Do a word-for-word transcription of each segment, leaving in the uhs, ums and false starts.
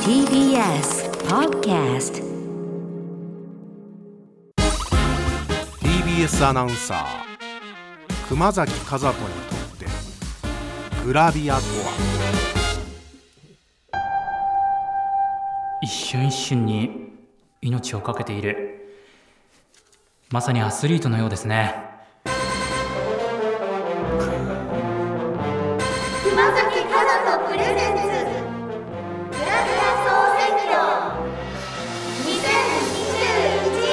ティービーエス Podcast ティービーエス アナウンサー熊崎和人にとってグラビアとは。 一瞬一瞬に命を懸けている、まさにアスリートのようですね。 熊崎和人プレゼンツグラビア総選挙にせんにじゅういち。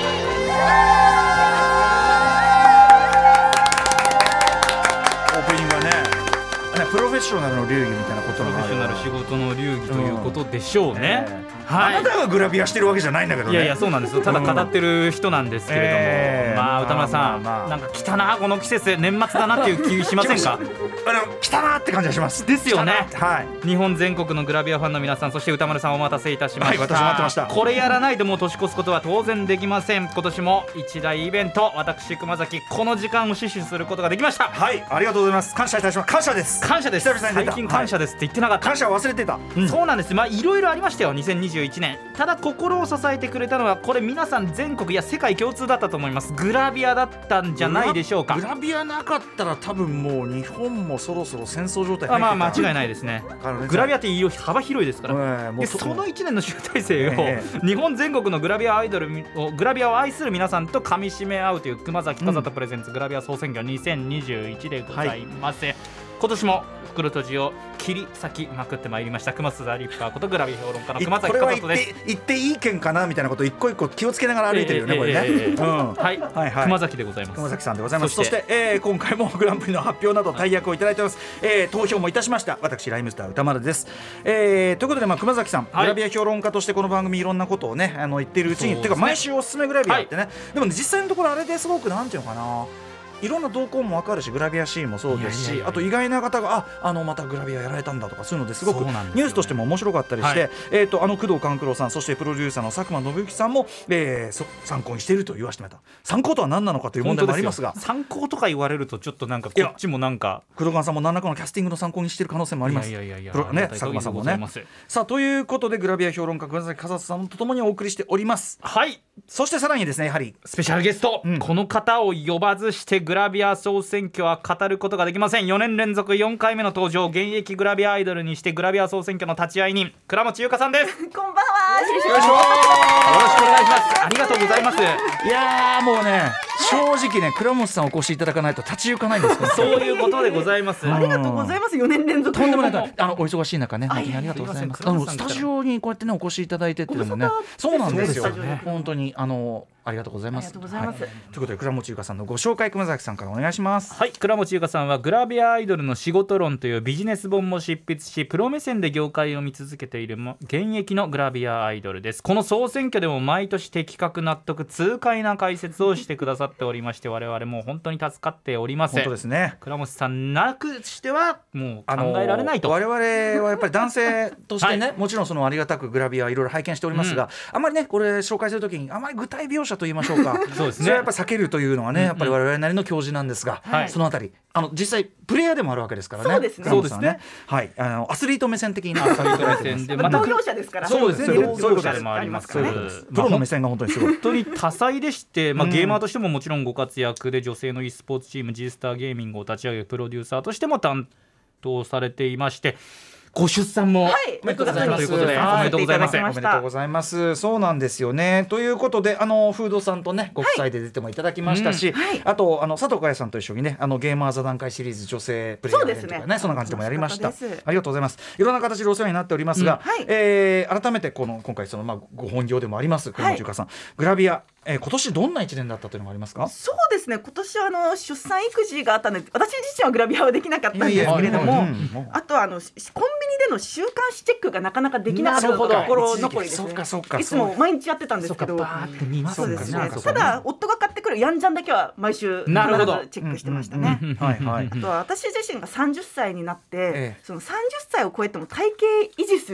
オープニングはね、プロフェッショナルの流儀みたいなことプロなのフェッショナル仕事の流儀ということでしょうね、 えーはい、 あなたがグラビアしてるわけじゃないんだけどね。 いやいやそうなんですよ。ただ語ってる人なんですけれども、 えーまあ歌丸さん、 まあまあまあなんか来たなこの季節、年末だなっていう気しませんか？ あの来たなって感じがします。 ですよね。 はい日本全国のグラビアファンの皆さん、そして歌丸さんお待たせいたしました、 はい私も待ってました。 これやらないともう年越すことは当然できません。今年も一大イベント、私熊崎この時間を死守することができました。 はいありがとうございます。感謝いたします。感謝です感謝です。 久々に出た最近感謝ですって言ってなかった、 感謝忘れてた、うんそうなんです。まあいろいろありましたよにせんにじゅういちねん。ただ心を支えてくれたのは、これ皆さん全国いや世界共通だったと思います。グラビアだったんじゃないでしょうか。 グラビアなかったら多分もう日本もそろそろ戦争状態入ってた。 あまあ間違いないですね。グラビアって幅広いですから、 えーもうでそのいちねんの集大成を、 え日本全国のグラビアアイドルをグラビアを愛する皆さんと噛み締め合うという熊崎和人プレゼンツグラビア総選挙にせんにじゅういちでございます、はい、今年も袋閉じを切り裂きまくってまいりました熊須田リッパーことグラビア評論家の熊崎和人です。 これは言って、言っていい件かなみたいなことを一個一個気をつけながら歩いてるよね、 えーこれね、 えーえーうんはい、 はいはい熊崎でございます。 熊崎さんでございます。そしそしてて、 えー今回もグランプリの発表など大役をいただいております、えー投票もいたしました。私ライムスター歌丸です、えーということで、まあ、熊崎さん、 はいグラビア評論家としてこの番組いろんなことをねあの言っているうちに、 そうですねてか毎週おすすめグラビアってね、でもね実際のところあれですごくなんていうのかないろんな動向も分かるし、グラビアシーンもそうですし、 いやいやいやあと意外な方が あ, あのまたグラビアやられたんだとかそういうのですごくそうなんですよねニュースとしても面白かったりして、 はいえー、とあの工藤官九郎さん、そしてプロデューサーの佐久間信之さんも、えーそ参考にしていると言わせてもらった。参考とは何なのかという問題もありますが、 参考とか言われるとちょっとなんかこっちもなんか工藤官さんも何らかのキャスティングの参考にしている可能性もあります。 いやいやいやいやプロね、 ありがたい佐久間さんもね限りでございます。 さあということでグラビア評論家熊崎和人さんとともにお送りしております。 はいそしてさらにですね、やはりスペシャルゲスト、 うんこの方を呼ばずしてグラビア総選挙は語ることができません。よねん連続よんかいめの登場、現役グラビアアイドルにしてグラビア総選挙の立ち会い人倉持優香さんです。 こんばんは。よろしくよろしくお願いします。ありがとうございます。 いやーもうね正直ね倉持さんお越しいただかないと立ち行かないんですけどそういうことでございます。 ありがとうございます。よねん連続とんでもないあのお忙しい中ね本当にありがとうございます。あのスすいませんタジオにこうやってねお越しいただいてっていうのもねそうなんですよそうですよね本当にあのありがとうございます。 ありがとうございますはということで倉持優香さんのご紹介熊崎さんからお願いします。 はい、倉持優香さんはグラビアアイドルの仕事論というビジネス本も執筆し、プロ目線で業界を見続けているも現役のグラビアアイドルです。この総選挙でも毎年的確納得痛快な解説をしてくださっておりまして、我々も本当に助かっております。 本当ですね。 倉持さんなくしてはもう考えられないと。 あの我々はやっぱり男性としてね、 はもちろんそのありがたくグラビアいろいろ拝見しておりますが、 うんあまりねこれ紹介するときにあまり具体描写と言いましょうかそうですねれはやっぱり避けるというのはね、やっぱり我々なりの教示なんですが、 はいそのあたりあの実際プレイヤーでもあるわけですからね。 そうですね倉本さんははいあのアスリート目線的にねアスリート目線でまた同業者ですから。 そうですね、 そう同そういうことです業者でもありますから、 そういうことですプロの目線が本当にすごい本当に多彩でして、まあ、 うんゲーマーとしてももちろんご活躍で、女性の e スポーツチーム G スターゲーミングを立ち上げプロデューサーとしても担当されていまして、ご出産もはいおめでとうございますということで、 はいおめでとうございます。 いただきましたおめでとうございます。そうなんですよね。ということであのフードさんとねご夫妻で出てもいただきましたし、 はいうんあとあの佐藤佳代さんと一緒にねあのゲーマー座談会シリーズ女性プレイヤー編とかねそうですねそんな感じでもやりました。あ楽しかったですりがとうございます。いろんな形でお世話になっておりますが、 うんはいえー改めてこの今回そのまあご本業でもあります倉持優香さん、グラビア、えー今年どんな一年だったというのがありますか。 そうですね、今年はあの出産育児があったので私自身はグラビアはできなかったんですいやいやけれども、 うんうんあとはあのしコンビニでの週刊誌チェックがなかなかできなかったとなるほど心残りですね。 そっかそっかいつも毎日やってたんですけど、 バーって見ますそうですねそうかそうかただ夫が買ってくるヤンジャンだけは毎週必なるほどずチェックしてましたね。 うんうんうんはいはいあとは私自身がさんじゅっさいになって、 ええそのさんじゅっさいを超えても体型維持する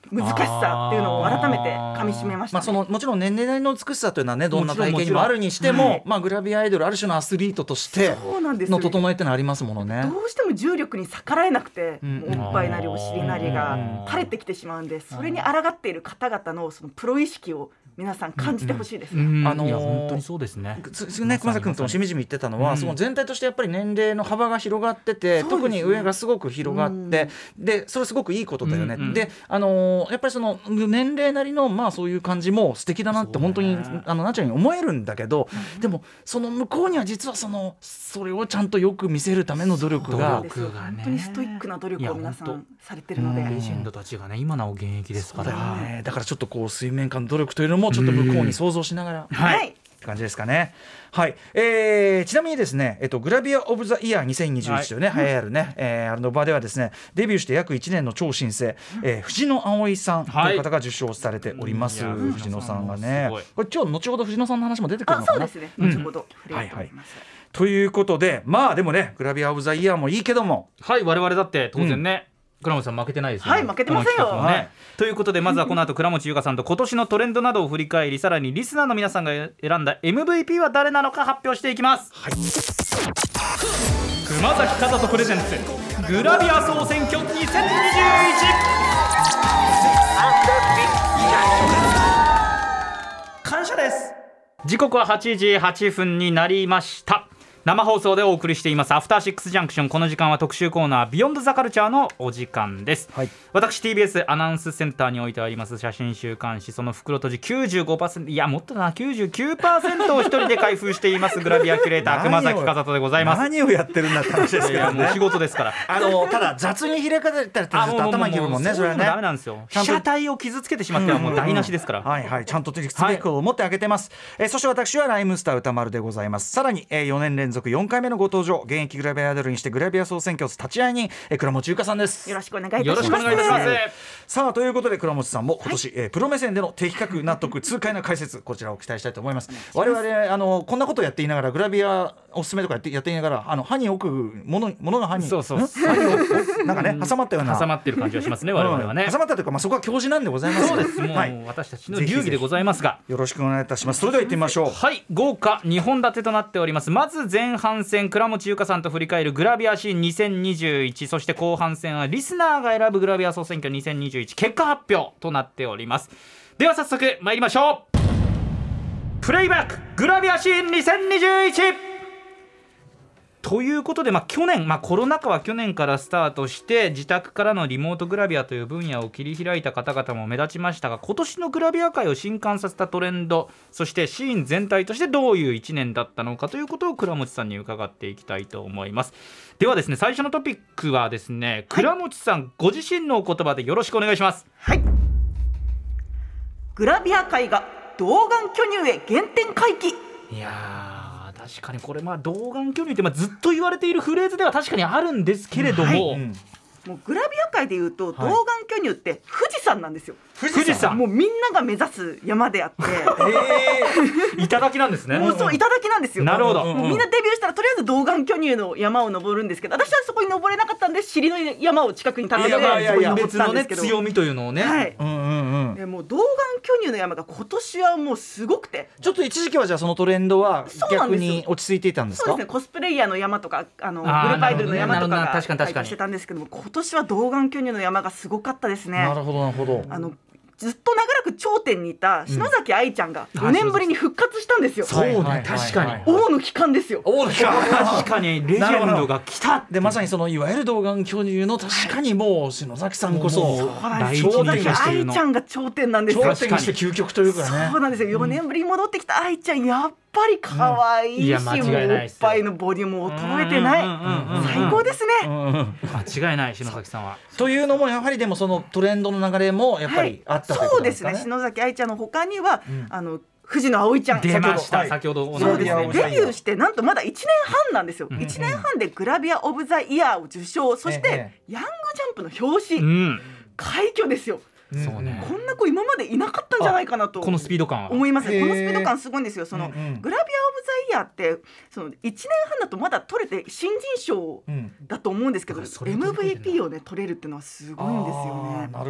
難しさっていうのを改めて噛み締めました、ね。 まあ、そのもちろん年齢なりの美しさというのはねどんな体型にもあるにしても、はい、まあ、グラビアアイドルある種のアスリートとしての整えってのはありますものね。 どうしても重力に逆らえなくて、うん、おっぱいなりお尻なりが垂れてきてしまうんで、それに抗っている方々のそのプロ意識を皆さん感じてほしいですね。 うんうん、 あのー、 いや本当にそうですね。 ね、熊崎君ともしみじみ言ってたのは、うん、その全体としてやっぱり年齢の幅が広がってて、ね、特に上がすごく広がって、うん、でそれすごくいいことだよね、うんうん、で、あのー、やっぱりその年齢なりの、まあ、そういう感じも素敵だなって本当に、ね、あのナチュラルに思えるんだけど、うん、でもその向こうには実はそのそれをちゃんとよく見せるための努力が、 努力がね、本当にストイックな努力を皆さんされてるので、 レジェンドたちがね今なお現役ですから、 だ, ね、だからちょっとこう水面下の努力というのもちょっと向こうに想像しながら、 はい、 って感じですかね。はい、えー、ちなみにですね、えっと、グラビアオブザイヤーにせんにじゅういちというね、はい、流行るね、えー、あの場ではですねデビューして約いちねんの超新星、えー、藤野葵さんという方が受賞されております、はい、藤野さんがね、これ今日後ほど藤野さんの話も出てくるのかな。 あ、そうですね、後ほど触れております、 はいはい、ということで、まあでもねグラビアオブザイヤーもいいけども、 はい、我々だって当然ね、うん倉持さん負けてないですよね。 はい、負けてませんよ、 ね、はい、ということでまずはこの後倉持優香さんと今年のトレンドなどを振り返り、さらにリスナーの皆さんが選んだ エムブイピー は誰なのか発表していきます、はい、熊崎風斗プレゼンツグラビア総選挙にせんにじゅういち。感謝です。時刻ははちじはっぷんになりました。生放送でお送りしていますアフターシックスジャンクション。この時間は特集コーナービヨンドザカルチャーのお時間です、はい、私 ティービーエス アナウンスセンターに置いてあります写真週刊誌その袋閉じ きゅうじゅうごパーセント いやもっとだな きゅうじゅうきゅうパーセント を一人で開封していますグラビアキュレーター熊崎風斗でございます。 何をやってるんだって話ですけどね。いやもう仕事ですからあのただ雑に開かれたら頭にきるもんね。それはねダメなんですよ。被写体を傷つけてしまってはもう台無しですから、 うんうんうん、はいはい、ちゃんとリスペクトを持ってあげてます、はい、えー、そして私はライムスター歌丸でございます。さらに、えー、よねん連続よんかいめのご登場、現役グラビアアイドルにしてグラビア総選挙立ち会い人、えー、倉持優香さんです。 よろしくお願いいたします。 よろしくお願いいたします。 さあということで倉持さんも今年、はい、えー、プロ目線での的確納得痛快な解説、こちらを期待したいと思います。我々あのこんなことをやっていながらグラビアおすすめとかやってやっていながらあの歯に置くものものが歯にそうそうなんかね挟まったような挟まってる感じがしますね我々はね、 うん、挟まったというか、まあ、そこは教授なんでございます。 そうです、もう、はい、私たちの流儀でございますがよろしくお願いいたします。それでは行ってみましょう。 はい、豪華にほん立てとなっております。まず前半戦倉持優香さんと振り返るグラビアシーンにせんにじゅういち、そして後半戦はリスナーが選ぶグラビア総選挙にせんにじゅういち結果発表となっております。では早速参りましょう。プレイバックグラビアシーンにせんにじゅういちということで、まあ、去年、まあ、コロナ禍は去年からスタートして自宅からのリモートグラビアという分野を切り開いた方々も目立ちましたが、今年のグラビア界を震撼させたトレンド、そしてシーン全体としてどういういちねんだったのかということを倉持さんに伺っていきたいと思います。ではですね、最初のトピックはですね、倉持さんご自身のお言葉でよろしくお願いします。 はい、グラビア界が童顔巨乳へ原点回帰。 いやー確かにこれまあ童顔巨乳ってまあずっと言われているフレーズでは確かにあるんですけれども、はい、うん、 もうグラビア界でいうと童顔巨乳って富士山なんですよ。 富士山もうみんなが目指す山であって、 えー、頂なんですね。 もうそう頂なんですよ。 なるほど。 もうみんなデビューしたらとりあえず童顔巨乳の山を登るんですけど、私はそこに登れなかったんで尻の山を近くに立ててそこに登ったんですけど、 別のね強みというのをね、 はい、 うんうんうん、 でもう童顔巨乳の山が今年はもうすごくて、 ちょっと一時期はじゃあそのトレンドは逆に落ち着いていたんですか。 そうですね、コスプレイヤーの山とかあのグループアイドルの山とかが確かに確かにしてたんですけども、今年は童顔巨乳の山がすごかったですね。 なるほどなるほど。 あのずっと長らく頂点にいた篠崎愛ちゃんがよねんぶりに復活したんですよ。 そうね、確かに王の帰還ですよ。 王の帰還確かにレジェンドが来た。 でまさにそのいわゆる童顔巨乳の確かにもう篠崎さんこそ篠崎愛ちゃんが頂点なんですよ。 頂点にして究極というかね。 そうなんですよ。よねんぶりに戻ってきた愛ちゃんやっぱり可愛いし、うん、いや間違いないっすよ。おっぱいのボリュームも衰えてない、最高ですね。 間違いない篠崎さんは。 というのもやはりでもそのトレンドの流れもやっぱりあったということですかね。 そうですね、篠崎愛ちゃんの他には、うん、あの藤野葵ちゃん出ました。先ほどおそうですね、デビューしてなんとまだいちねんはんなんですよ、うん、いちねんはんでグラビアオブザイヤーを受賞、そして、ええ、ヤングジャンプの表紙、うん、快挙ですよ。 そうね、 こんな子今までいなかったんじゃないかなとこのスピード感は思いますね。このスピード感すごいんですよ。その、うんうん、グラビアオブザイヤーってそのいちねんはんだとまだ取れて新人賞だと思うんですけど、うん、エムブイピー をね取れるっていうのはすごいんですよね。 なる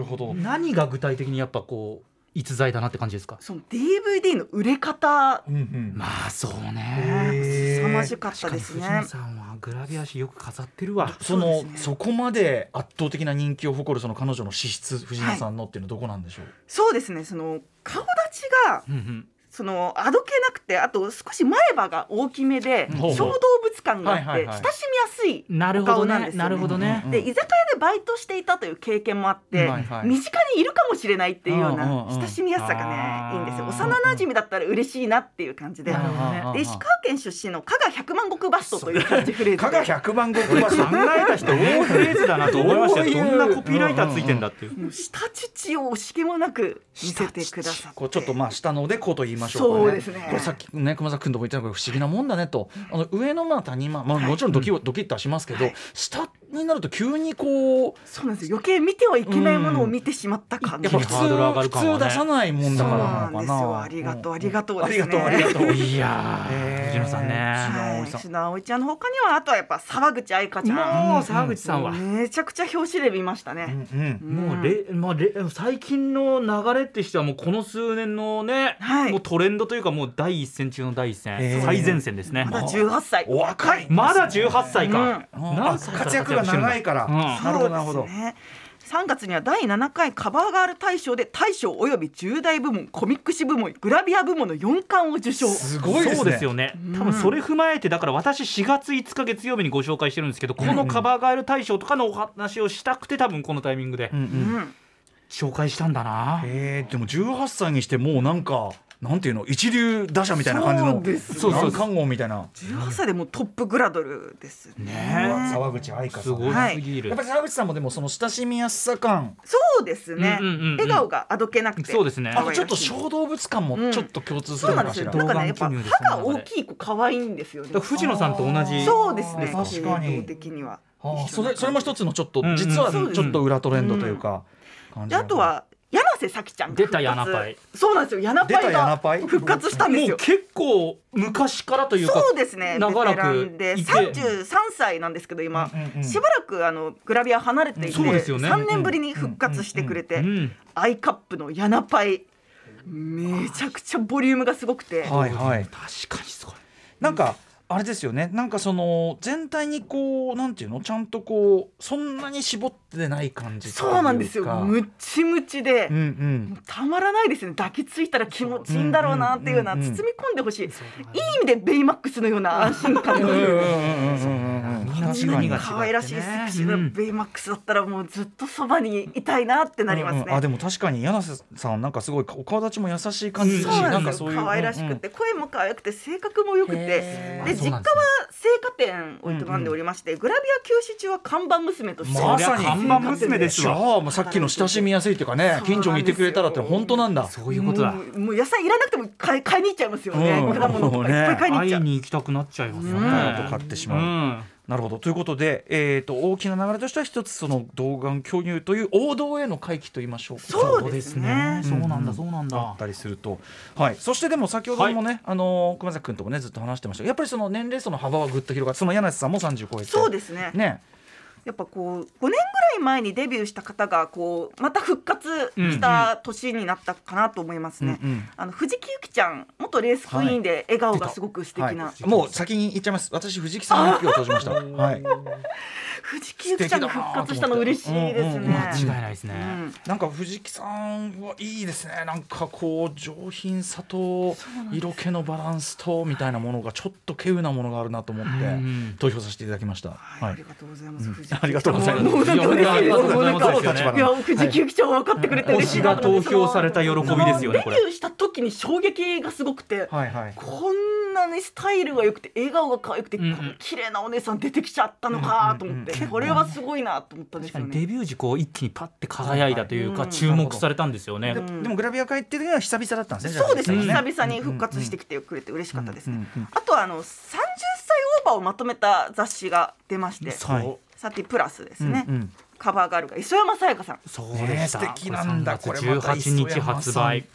ほど。 何が具体的にやっぱこう逸材だなって感じですか？ その ディーブイディー の売れ方、 うんうん、 まあそうね、 へー凄まじかったですね。 藤野さんはグラビア誌よく飾ってるわ。 その そ,、 そうですね、 そこまで圧倒的な人気を誇るその彼女の資質、藤野さんのっていうのはどこなんでしょう？ そうですね、その顔立ちがうんうんそのあどけなくて、あと少し前歯が大きめでほうほう小動物感があってはいはいはい親しみやすいなるほどねお顔なんですよね。 なるほどね、 うんで居酒屋でバイトしていたという経験もあって、 はいはい身近にいるかもしれないっていうよううんうんなうん親しみやすさがあーねいいんですよ。幼馴染だったら嬉しいなっていう感じで、 なるほどねで石川県出身の加賀百万石バストというキャッチフレーズで加賀百万石バス考えた人大フレーズだなと思いましたよ。どんなコピーライターついてんだっていう。 もう下乳を惜しげもなく見せてくださって、 こうちょっとまあ下のおでこと言いましょうかね。 そうですねこれさっきね熊崎君とも言ってたけど不思議なもんだねと、あの上のまあ谷間、まあ、もちろんドキ,、ドキッとはしますけど、下になると急にこうそうなんですよ。余計見てはいけないものを見てしまった感じがやっぱ普通ハードル上がるかもね普通出さないもんだからそうななのかな。 んですよ。ありがとうありがとうありですね。 がとうありがとう。 いやへーー藤野さんね。 はい、 葵さん篠葵ちゃんの他にはあとはやっぱ沢口愛香ちゃん、 もう沢口さんはめちゃくちゃ表紙で見ましたうね。 んうんもうレ、まあ、レ最近の流れってしてはもうこの数年のね、 はいもうトレンドというかもう第一線中の第一線、 へー最前線ですね。 まだじゅうはっさい。 お若いまだじゅうはっさいか、 あ何歳から活躍が長いから、 うんなるほどなるほどそうですね。さんがつにはだいななかいカバーガール大賞で大賞およびじゅう代部門、コミック誌部門、グラビア部門のよんかんを受賞。 すごいですね。 そうですよね。多分それ踏まえてだから私しがついつか月曜日にご紹介してるんですけど、このカバーガール大賞とかのお話をしたくて多分このタイミングでうんううんん、 紹介したんだな。 へーでもじゅうはっさいにしてもうなんかなんていうの一流打者みたいな感じのそうですねそうそう看護みたいなじゅうはっさいでもうトップグラドルですね。 ね沢口愛香さんすごいすぎる、 やっぱり沢口さんもでもその親しみやすさ感、 そうですね、 うんうんうんうん笑顔があどけなくて、 そうですねあとちょっと小動物感もちょっと共通すそうなんですよ。 るのかしら、 なんかねやっぱ動眼巨乳ですね歯が大きい子可愛いんですよね。 だから藤野さんと同じ。 そうですね。 あー確かに系統的には。 あそれそれも一つのちょっとうんうん実はそうですちょっと裏トレンドというか感じであとは柳瀬咲ちゃんが出た復活柳パイ。 そうなんですよ。柳パイ出た柳がパイ復活したんですよ。 もう結構昔からというかそうですね。ベ長らテランくでいてさんじゅうさんさいなんですけど今、 うんうんうんしばらくあのグラビア離れていて、 そうですよねさんねんぶりに復活してくれて、 うんアイカップの柳パイめちゃくちゃボリュームがすごくて、 はいはい確かにすごい。 なんかあれですよね、なんかその全体にこうなんていうのちゃんとこうそんなに絞ってない感じというかそうなんですよ。ムッチムチで、 うんうんもうたまらないですね。抱きついたら気持ちいいんだろうなっていうような、 うんうんうんうん包み込んでほしい、いい意味でベイマックスのような安心感のうんうんうんうんうんうん確かに可愛らしいセクシーなベイマックスだったらもうずっとそばにいたいなってなりますね。 うんうんあでも確かに柳瀬さんなんかすごいお顔立ちも優しい感じだし、 そうなんですよ。 かそういう可愛らしくて、声も可愛くて性格も良くて、 へーで実家は青果店を営んでおりまして、グラビア休止中は看板娘として、 まさに看板娘ですじゃわ。 あもうさっきの親しみやすいというかね近所にいてくれたらって本当なんだ。 そういうことだ。 もうもう野菜いらなくても買い買いに行っちゃいますよね。 うん果物とかいっぱい買いに行っちゃう。 会いに行きたくなっちゃいますようんね。 と買ってしうまう、 ん。 なるほどということで、えー、と大きな流れとしては一つその童顔巨乳という王道への回帰と言いましょうか。 そうですねそうなんだそうなんあだっ。たりすると、はい、そしてでも先ほどもね、あの熊崎君ともねずっと話してましたけどやっぱりその年齢層の幅はぐっと広がってその柳瀬さんもさんじゅう超えてそうですね。 ねやっぱこうごねんぐらい前にデビューした方がこうまた復活した年になったかなと思いますね。 うんうんあの藤木由紀ちゃん元レースクイーンで笑顔がすごく素敵な、 はい、もう先に言っちゃいます。私藤木さんの票を投じました。はい。 藤木由紀ちゃんが復活したの嬉しいですね。 素敵だなと思って間違いないですね。 うんなんか藤木さんはいいですね。なんかこう上品さと色気のバランスとみたいなものがちょっと稀有なものがあるなと思ってうん投票させていただきました。 はい、ありがとうございます。藤木ありがとうございますもうなんか嬉しいです。 ありがとうございますもうなんかですよねいや藤木由紀ちゃん分かってくれて嬉しい推しがなと思って。 投票された喜びですよねこれデビューした時に衝撃がすごくて、 はいはい。 こんなにスタイルが良くて笑顔が可愛くて、 うんうんこの綺麗なお姉さん出てきちゃったのかと思って、 うんうんうんこれはすごいなと思ったんですよね。 確かにデビュー時こう一気にパッて輝いたというかはい注目されたんですよね。 ででもグラビア界っていうのは久々だったんですね。 そうですね、 じゃあ久々に復活してきてくれて嬉しかったですね。 うんうんうんあとはあのさんじゅっさいオーバーをまとめた雑誌が出まして、 そうサティプラスですね、 うんうんカバーガールが磯山さやかさん。 そうでした。 ね素敵なんだこれさんがつじゅうはちにち発売。 そうなん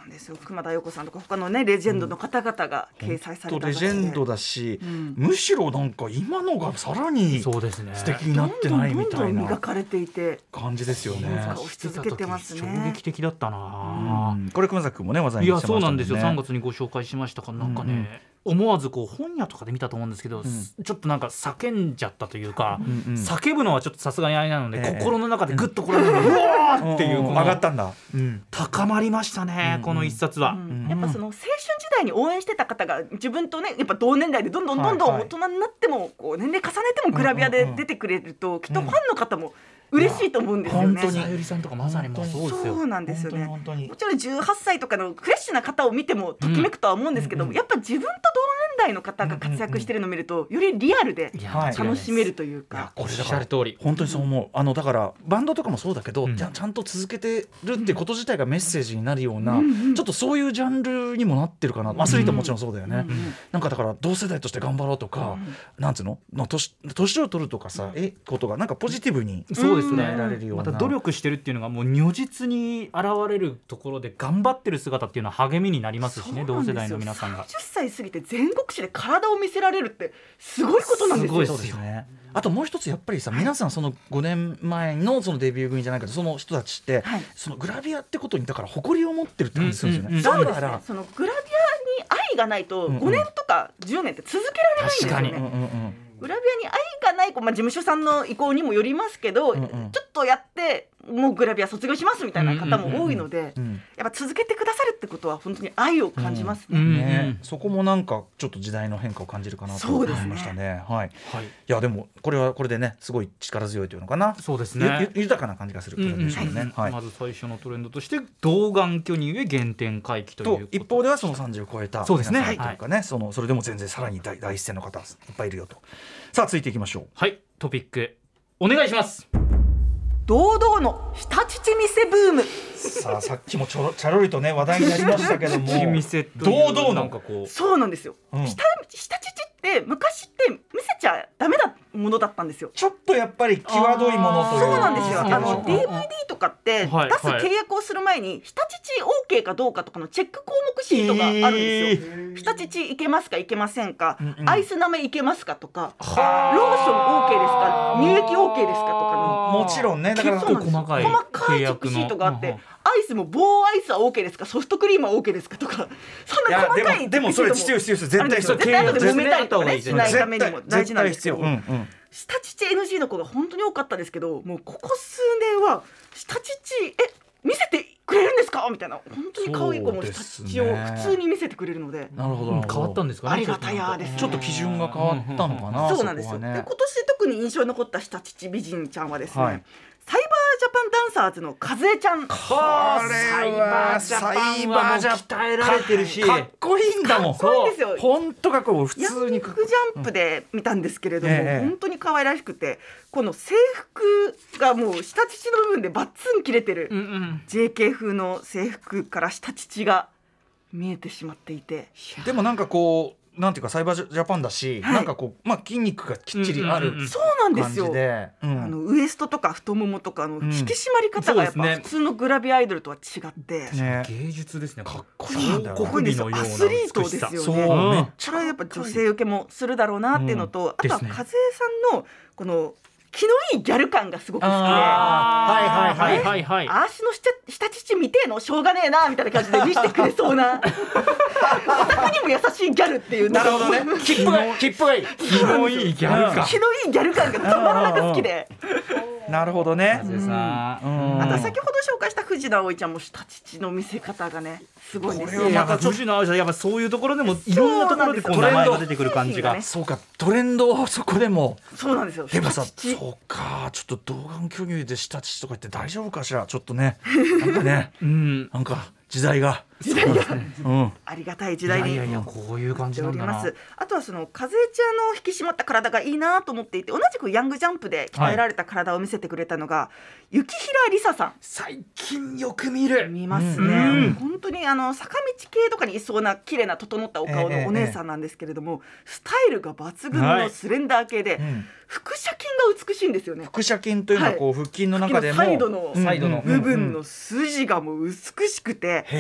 ですよ。熊田曜子さんとか他のねレジェンドの方々が掲載されたレジェンドだし、うん、むしろなんか今のがさらに素敵になってないみたいなどんどんどんどん磨かれていて感じですよね。 押し続けてますね。 衝撃的だったな、 うん、これ熊崎君もね話題にしてましたもんね。 いやそうなんですよ。さんがつにご紹介しましたからなんかね、うんうん思わずこう本屋とかで見たと思うんですけど、うん、ちょっとなんか叫んじゃったというか、うんうん、叫ぶのはちょっとさすがにあれなので、えー、心の中でグッとこられる、うん、うわーっていう、うん、 上がったんだ、うん、 高まりましたね、うん、この一冊は、 うんうん、やっぱその青春時代に応援してた方が自分とねやっぱ同年代でどんどんどんどん大人になってもこう年齢重ねてもグラビアで出てくれるときっとファンの方も嬉しいと思うんですよね。 本当にさゆりさんとかまさにもうそうですよ。 そうなんですよね。もちろんじゅうはっさいとかのフレッシュな方を見てもときめくとは思うんですけども、うん、やっぱ自分と同年代の方が活躍してるのを見るとよりリアルで楽しめるというか、いやこれだから本当にそう思う。あのだからバンドとかもそうだけど、うん、じゃちゃんと続けてるってこと自体がメッセージになるような、うん、ちょっとそういうジャンルにもなってるかな。アスリートももちろんそうだよね、うん、なんかだから同世代として頑張ろうとか、うん、なんつうの年年を取るとかさ、えことがなんかポジティブにそうですね、 られるようなまた努力してるっていうのがもう如実に現れるところで頑張ってる姿っていうのは励みになりますしね。同世代の皆さんがさんじゅっさい過ぎて全国紙で体を見せられるってすごいことなんですよ。 すごいですよね。 あともう一つやっぱりさ、皆さんそのごねんまえ の, そのデビュー組じゃないけどその人たちって、はい、そのグラビアってことにだから誇りを持ってるって感じするんですよね、 うんうんうん、だからそのグラビアに愛がないとごねんとかじゅうねんって続けられないんですよね、うんうん、確かに、うんうんうん、グラビアに愛がない子、まあ、事務所さんの意向にもよりますけど、うんうん、ちょっとやってもうグラビア卒業しますみたいな方も多いので、うんうんうん、やっぱ続けてくださるってことは本当に愛を感じますね、うんうんね、そこもなんかちょっと時代の変化を感じるかなと思いました ね, ね、はいはい、いやでもこれはこれでねすごい力強いというのかな。 そうですね、 ゆ豊かな感じがすることでしょうね、うんうんはい、 まず最初のトレンドとして童顔巨乳へ原点回帰ということと、一方ではそのさんじゅうを超えたそうですね、 というかね、はい、そのそれでも全然さらに 第, 第一線の方いっぱいいるよと。さあ続いていきましょう。 はい、トピックお願いします。 堂々の下乳見せブーム。 さあさっきもちょろチャロリとね話題になりましたけども堂々のなんかこうそうなんですよ、うん、下, 下乳って昔って見せちゃダメなものだったんですよ。 ちょっとやっぱり際どいものという。 そうなんですよ。あの ディーブイディー とかって出す契約をする前に下乳 OK かどうかとかのチェック項目シートがあるんですよ、えー、下乳いけますかいけませんか、うんうん、アイスなめいけますかとか、ローション OK ですか乳液 OK ですかとかのもちろんね、だから細かい細かいチェックシートがあって、アイスも棒アイスは OK ですかソフトクリームは OK ですかとか、そんな細かいチェックシートもでもそれ必要必要絶対必要。 絶対後で揉めたりとかねしないためにも大事なんですけど、 うんうん、 下乳 エヌジー の子が本当に多かったですけど、もうここ数年は下乳え見せてくれるんですかみたいな、本当に可愛い子も下乳を普通に見せてくれるので、 なるほど、 変わったんですかね。 ありがたやですね。 ちょっと基準が変わったのかな、 うんうん、そうなんですよ、ね、で今年特に印象に残った下乳美人ちゃんはですね、はい、サイバージャパンダンサーズのかずえちゃん。 これはサイバージャパン鍛えられてるしかっこいいんだもん。 かっこいいんですよ。 本当かこう普通にヤングジャンプで見たんですけれども、うんええ、本当に可愛らしくて、この制服がもう下乳の部分でバッツン切れてる、うんうん、ジェーケー 風の制服から下乳が見えてしまっていて、 でもなんかこうなんていうかサイバージャパンだし、はい、なんかこう、まあ、筋肉がきっちりある感じで、 そうなんですよ、うん、あのウエストとか太ももとかの引き締まり方がやっぱ普通のグラビアアイドルとは違って、 ね、芸術ですね。かっこいいんだよね。国美のようなアスリートですよね。そう、めっちゃやっぱ女性受けもするだろうなっていうのと、うん、あとは和江さんのこの気のいいギャル感がすごく好きで、 はいはいはいはいはい、 あーしの下乳見てえのしょうがねえなみたいな感じで見せてくれそうなオタクにも優しいギャルっていう、 なるほどね、切符が切符がいい気のいいギャル感、 気のいいギャル感がたまらなく好きでなるほどね、 うん、あと先ほど紹介した藤野葵ちゃんも下乳の見せ方がねすごいんですよ。 やっぱ藤野葵ちゃんやっぱそういうところでもいろんなところでこう名前が出てくる感じが、 そうかトレンドをそこでもそうなんですよ。 でもさそうかちょっと童顔巨乳で下乳とか言って大丈夫かしら、ちょっとねなんかね、うん、なんか時代が時代が、うん、ありがたい時代にいやいやこういう感じなんだな。 あとはその和江ちゃんの引き締まった体がいいなと思っていて、同じくヤングジャンプで鍛えられた体を見せてくれたのが、はい、雪平梨沙さん。 最近よく見る見ますね、うん、本当にあの坂道系とかにいそうな綺麗な整ったお顔のお姉さんなんですけれども、えーえー、スタイルが抜群のスレンダー系で、はいうん、腹斜筋が美しいんですよね。 腹斜筋というのはこう、はい、腹筋の中でもサイドの部分の筋がもう美しくて、 へ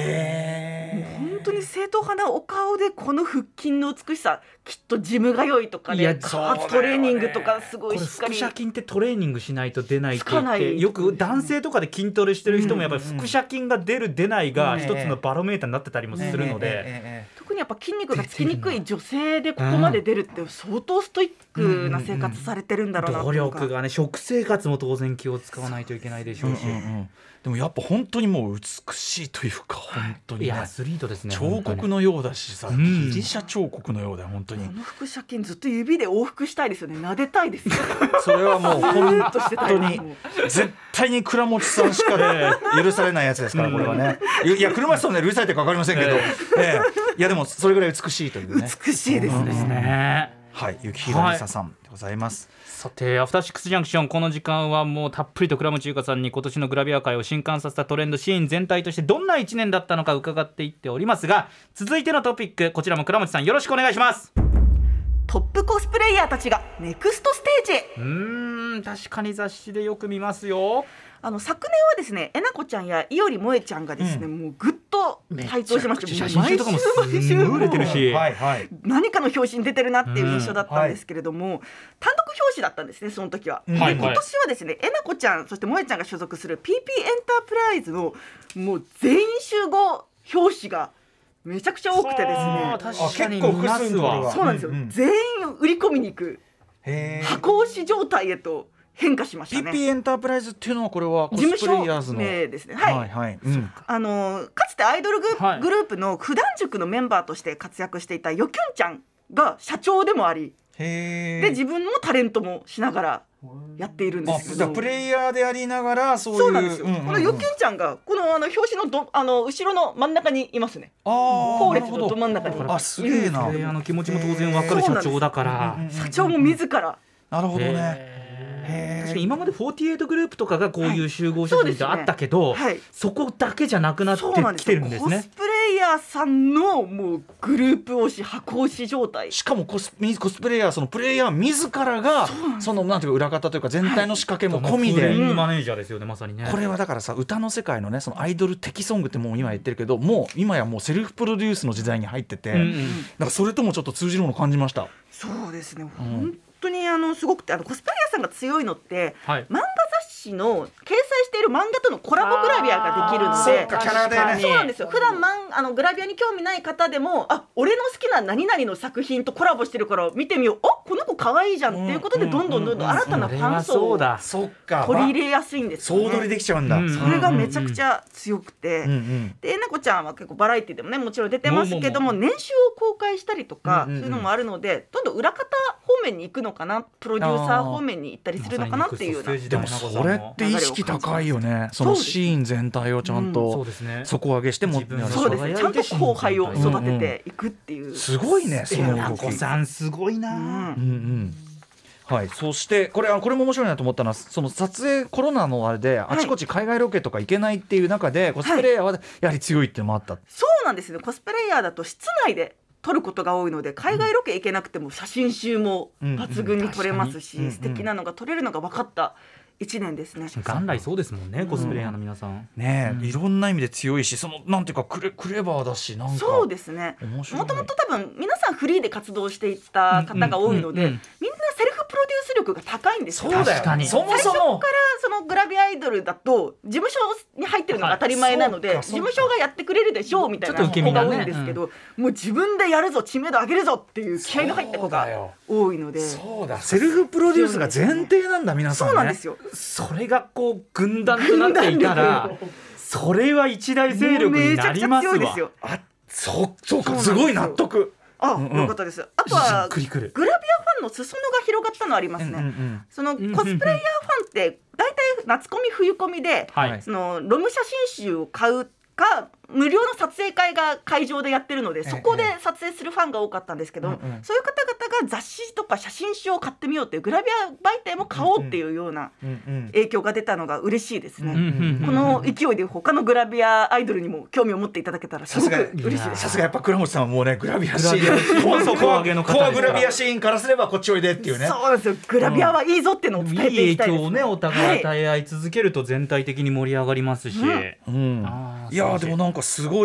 もう本当に正統派なお顔でこの腹筋の美しさ、きっとジム通いとかね、加圧トレーニングとかすごいしっかり、 腹斜筋ってトレーニングしないと出ないって言って、 いよく男性とかで筋トレしてる人もやっぱり腹斜筋が出る出ないが一つのバロメーターになってたりもするので、 特にやっぱ筋肉がつきにくい女性でここまで出るって相当ストイックな生活されてるんだろうな、 努力がね、食生活も当然気を使わないといけないでしょうし、うんうんうん、 でもやっぱ本当にもう美しいというか、本当に、ね、 いやアスリートですね、 彫刻のようだしさ、うん、ギリシャ彫刻のようだよ本当に。 この腹斜筋ずっと指で往復したいですよね、撫でたいですよそれはもう本当に絶対に倉持さんしかね許されないやつですから、これはね。いや車椅子のね許されてるか分かりませんけど、えー、いやでもそれぐらい美しいというね。 美しいですね。 はい、雪平りささんでございます。 さてアフターシックスジャンクション、この時間はもうたっぷりと倉持優香さんに今年のグラビア界を震撼させたトレンドシーン全体としてどんないちねんだったのか伺っていっておりますが、続いてのトピック、こちらも倉持さんよろしくお願いします。 トップコスプレイヤーたちがネクストステージへ。 うーん、確かに雑誌でよく見ますよ。 あの昨年はですね、えなこちゃんやいおりもえちゃんがですね、うん、もうぐっと台頭しまして、 写真集とかもすごい売れてるし、 はいはい、 何かの表紙に出てるなっていう印象だったんですけれども、うんはい、単独表紙だったんですね、その時は、うん、で今年はですね、えなこちゃんそしてもえちゃんが所属する ピーピー エンタープライズのもう全員集合表紙がめちゃくちゃ多くてですね、 確かに見ますわ。 そうなんですよ、うんうん、全員売り込みに行く箱押し状態へと変化しましたね。 ピーピー エンタープライズっていうのはこれはコスプレイヤーズの事務所名ですね。はい、はいはい、うん、あのかつてアイドルグ、はい、グループの普段塾のメンバーとして活躍していたよきゅんちゃんが社長でもあり、へで自分もタレントもしながらやっているんですけど、 あプレイヤーでありながらそういう、 そうなんですよ、うんうんうん、このよきゅんちゃんがこのあの表紙のどあの後ろの真ん中にいますね。あ後列のど真ん中にいるんです。 あすげえな。 プレイヤーの気持ちも当然分かる社長だから、 社長も自ら、 なるほどね。 確かに今までフォーティーエイトグループとかがこういう集合写真ってあったけど、はい そ, ねはい、そこだけじゃなくなってきてるんですね。 コスプレイヤーさんのもうグループ推し箱推し状態、 しかもコ ス, コスプレイヤーそのプレイヤー自らがそのなんていうか裏方というか全体の仕掛けも込みで、 はい、プレイングマネージャーですよね、まさにね。 これはだからさ、歌の世界のねそのアイドル的ソングってもう今言ってるけど、もう今やもうセルフプロデュースの時代に入ってて、うんうん、なんかそれともちょっと通じるものを感じました。 そうですね、うん、本当にあのすごくて、あのコスプレイヤーさんが強いのって、はい、漫画雑誌の掲載している漫画とのコラボグラビアができるので、 そうかキャラでね、 そうなんですよ。普段マンあのグラビアに興味ない方でも、あ俺の好きな何々の作品とコラボしてるから見てみよう、あこの子可愛いじゃんっていうことで、どんどんどんどん新たなファン層を取り入れやすいんですよね。 総取りできちゃうんだ、うん、 それがめちゃくちゃ強くて、うんうん、でえなこちゃんは結構バラエティでもねもちろん出てますけども、年収を公開したりとか、うんうんうん、そういうのもあるので、どんどん裏方方面に行くのかな、プロデューサー方面に行ったりするのかなっていうような。 でもそれって意識高いよね、そのシーン全体をちゃんと、うん、そうですね、底上げしてもそうですね、ちゃんと後輩を育てていくっていう、うんうん、 すごいね、その動き。 えなこさんすごいな、うんうんうんはい、そしてこれこれも面白いなと思ったのは、その撮影コロナのあれであちこち海外ロケとか行けないっていう中で、はい、コスプレイヤーはやはり強いっていうのもあった、はい、 そうなんですね。コスプレイヤーだと室内で撮ることが多いので、海外ロケ行けなくても写真集も抜群に撮れますし、うんうん、素敵なのが撮れるのが分かったいちねんですね。 元来そうですもんね、コスプレイヤーの皆さん、 ね、 うん、 いろんな意味で強いし、そのなんていうかク レ, クレバーだし、なんかそうですね、もともと多分皆さんフリーで活動していった方が多いので、うんうんうんうん、みんなセルフプロデュース力が高いんですよ。 そうだよ、ね、そもそも最初からそのグラビアアイドルだと事務所に入ってるのが当たり前なので、はい、事務所がやってくれるでしょうみたいな子が多いんですけど、ね、うん、もう自分でやるぞ、知名度上げるぞっていう気合が入った子が多いので、 そうだ、セルフプロデュースが前提なんだ、皆さんね。 そうなんですよ。 それがこう軍団となっていたらそれは一大勢力になりますわ。 めちゃくちゃ強いですよ。 あ、そう、そうか、すごい納得。 あ、うんうん、よかったです。あとはグラビアファンの裾野が広がったのありますね、うんうんうん、そのコスプレイヤーファンって大体夏コミ冬コミで、はい、そのロム写真集を買うか無料の撮影会が会場でやってるので、そこで撮影するファンが多かったんですけど、うんうん、そういう方々が雑誌とか写真集を買ってみようっていうグラビア媒体も買おうっていうような影響が出たのが嬉しいですね、うんうん、この勢いで他のグラビアアイドルにも興味を持っていただけたらすごく嬉しいです。 さすがやっぱ倉本さんはもうねグラビアシーンコアグラビアシーンからすればこっちおいでっていうね。 そうなんですよ、グラビアはいいぞっていうのを伝えていきたいです、ね、 いい影響をねお互い与え合い続けると全体的に盛り上がりますし、 うんうん、いやでもなんかすごい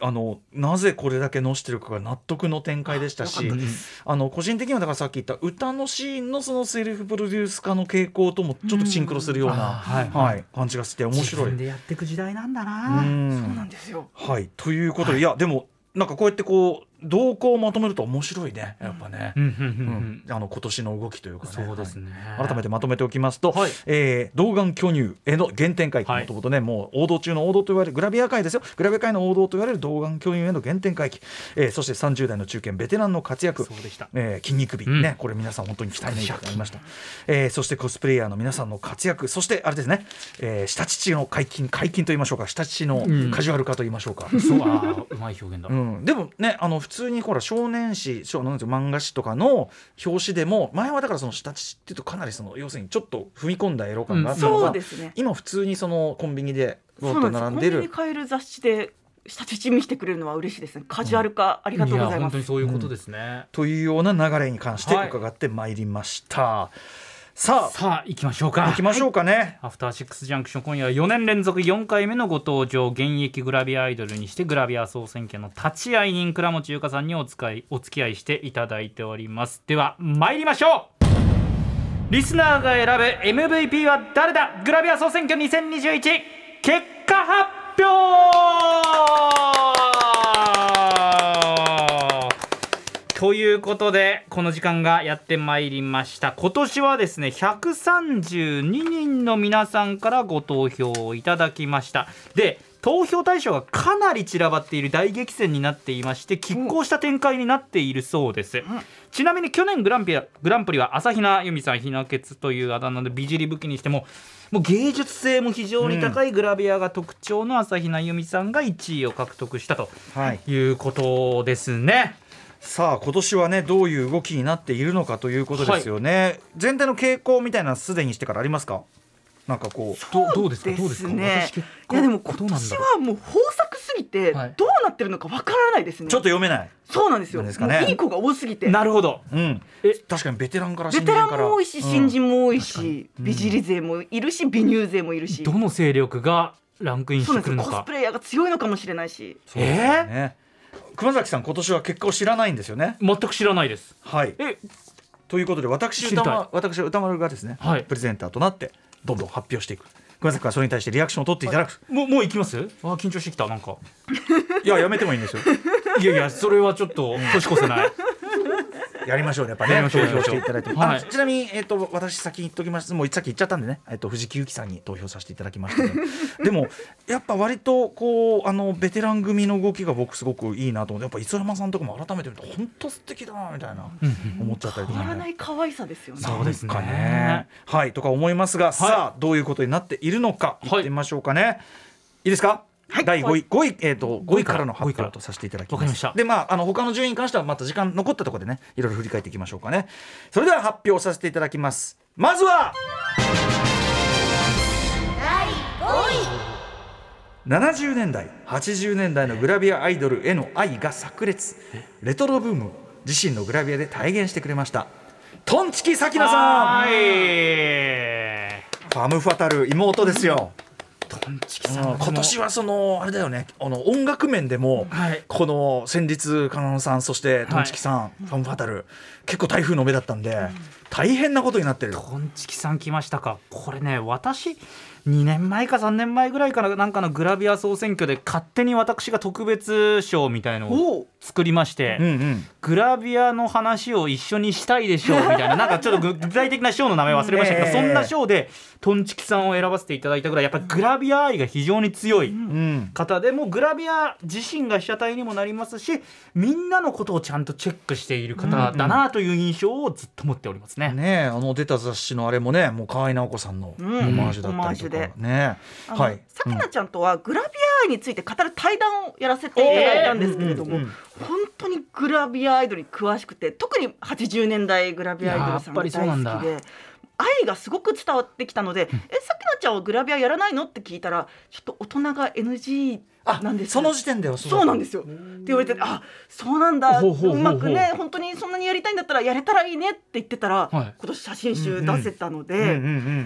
あのなぜこれだけのしてるかが納得の展開でしたし、あの個人的にはだからさっき言った歌のシーンのそのセルフプロデュース化の傾向ともちょっとシンクロするような、はいはい、感じがして面白い。 自分でやっていく時代なんだな。 うんそうなんですよ。 はい、ということで、はい、いやでもなんかこうやってこう動向をまとめると面白いねやっぱね、うんうんうん、あの今年の動きというかね。 そうですね、 はい、改めてまとめておきますと、はい、えー、童顔巨乳への原点回帰、もともとねもう王道中の王道と言われるグラビア界ですよ。グラビア界の王道と言われる童顔巨乳への原点回帰、えー、そしてさんじゅう代の中堅ベテランの活躍、 そうでした、 えー、筋肉美、うん、ね、これ皆さん本当に期待のいいことになりました、えー、そしてコスプレイヤーの皆さんの活躍、そしてあれですね、えー、下乳の解禁解禁と言いましょうか、下乳のカジュアル化と言いましょうか、 うん、そうあうまい表現だ、 うん、でもねあの普通にほら少年誌少なんていう漫画誌とかの表紙でも前はだからその下乳っていうとかなりその要するにちょっと踏み込んだエロ感があったのが、うん、 そうですね、 今普通にそのコンビニでロッと並んでる、 コンビニ買える雑誌で下乳見せてくれるのは嬉しいですね。カジュアル化、うん、ありがとうございます。いや本当にそういうことですね、うん、 というような流れに関して伺ってまいりました、はい。さあ、 さあ行きましょうか行きましょうかね、はい、 アフターシックスジャンクション、今夜はよねん連続よんかいめのご登場、現役グラビアアイドルにしてグラビア総選挙の立会人倉持優香さんにお使いお付き合いしていただいております。では参りましょう。リスナーが選ぶ エムブイピー は誰だ、グラビア総選挙にせんにじゅういち結果発表ということでこの時間がやってまいりました。今年はですねひゃくさんじゅうににんの皆さんからご投票をいただきました。で投票対象がかなり散らばっている大激戦になっていまして、拮抗した展開になっているそうです、うん、ちなみに去年グランプリグランプリは朝比奈由美さん、ひなけつというあだ名で美尻武器にしてももう芸術性も非常に高いグラビアが特徴の朝比奈由美さんがいちいを獲得したということですね、はい。 さあ今年はねどういう動きになっているのかということですよね、はい、全体の傾向みたいなすでにしてからありますか。なんかこうどう、どうですかどうですか。いやでも今年はもう豊作すぎてどうなってるのかわからないですね、はい、 ちょっと読めない。 そうなんですよ、ですかね、もういい子が多すぎて。 なるほど、 うん、え確かにベテランから新人からベテランも多いし新人も多いし、うん、美尻勢もいるし美乳勢もいるし、 どの勢力がランクインしてくるのか。 コスプレイヤーが強いのかもしれないし。 そうですね、えー、熊崎さん今年は結果を知らないんですよね。 全く知らないです。 はいえということで私歌丸、私歌丸がですね、はい、プレゼンターとなってどんどん発表していく。熊崎はそれに対してリアクションを取っていただく。 もうもう行きます。あ緊張してきた。なんかいややめてもいいんですよいやいやそれはちょっと年越せないやりましょうねやっぱね投票していただいて、はい、ちなみに、えー、と私先に言っときます。もうさっき言っちゃったんでね、えー、と藤木由紀さんに投票させていただきました、ね、でもやっぱ割とこうあのベテラン組の動きが僕すごくいいなと思って、やっぱ磯山さんとかも改めて見ると本当素敵だなみたいな思っちゃったりとか、ね、 変わらない可愛さですよね。 そうですかね、はいとか思いますが、はい、さあどういうことになっているのか言ってみましょうかね、はい、いいですか。はい、だいごい、ごい、えー、とごいからの発表とさせていただきます。 わかりました。 で、まあ、あの他の順位に関してはまた時間残ったところでねいろいろ振り返っていきましょうかね。それでは発表させていただきます。まずはだいごい、 ななじゅうねんだいはちじゅうねんだいのグラビアアイドルへの愛が炸裂、レトロブームを自身のグラビアで体現してくれましたトンチキサキナさん。はい、ファムファタル妹ですよ。 トンチキさん、 うん、今年はそのあれだよね、あの音楽面でも、はい、この先日カナノさんそしてトンチキさん、はい、ファムファタル結構台風の目だったんで、うん、大変なことになってる。 トンチキさん来ましたか。これね私にねんまえかさんねんまえぐらいからなんかのグラビア総選挙で勝手に私が特別賞みたいのを作りまして、うんうん、グラビアの話を一緒にしたいでしょうみたいななんかちょっと具体的な賞の名前忘れましたけど、ね、そんな賞でトンチキさんを選ばせていただいたぐらいやっぱりグラビア愛が非常に強い方で、もうグラビア自身が被写体にもなりますしみんなのことをちゃんとチェックしている方だなという印象をずっと持っておりますね。 うんうん、ねあの出た雑誌のあれもねもう河合直子さんのオマージュだったりとか、ねはい、さきなちゃんとはグラビア愛について語る対談をやらせていただいたんですけれども、本当にグラビアアイドルに詳しくて、特にはちじゅうねんだいグラビアアイドルさんが大好きで、 愛がすごく伝わってきたので、うん、えさきなちゃんはグラビアやらないのって聞いたらちょっと大人が エヌジーなんです。 その時点ではそうそうなんですよって言われて、あそうなんだ、うまくね本当にそんなにやりたいんだったらやれたらいいねって言ってたら、はい、今年写真集出せたので、うんうんうんうん、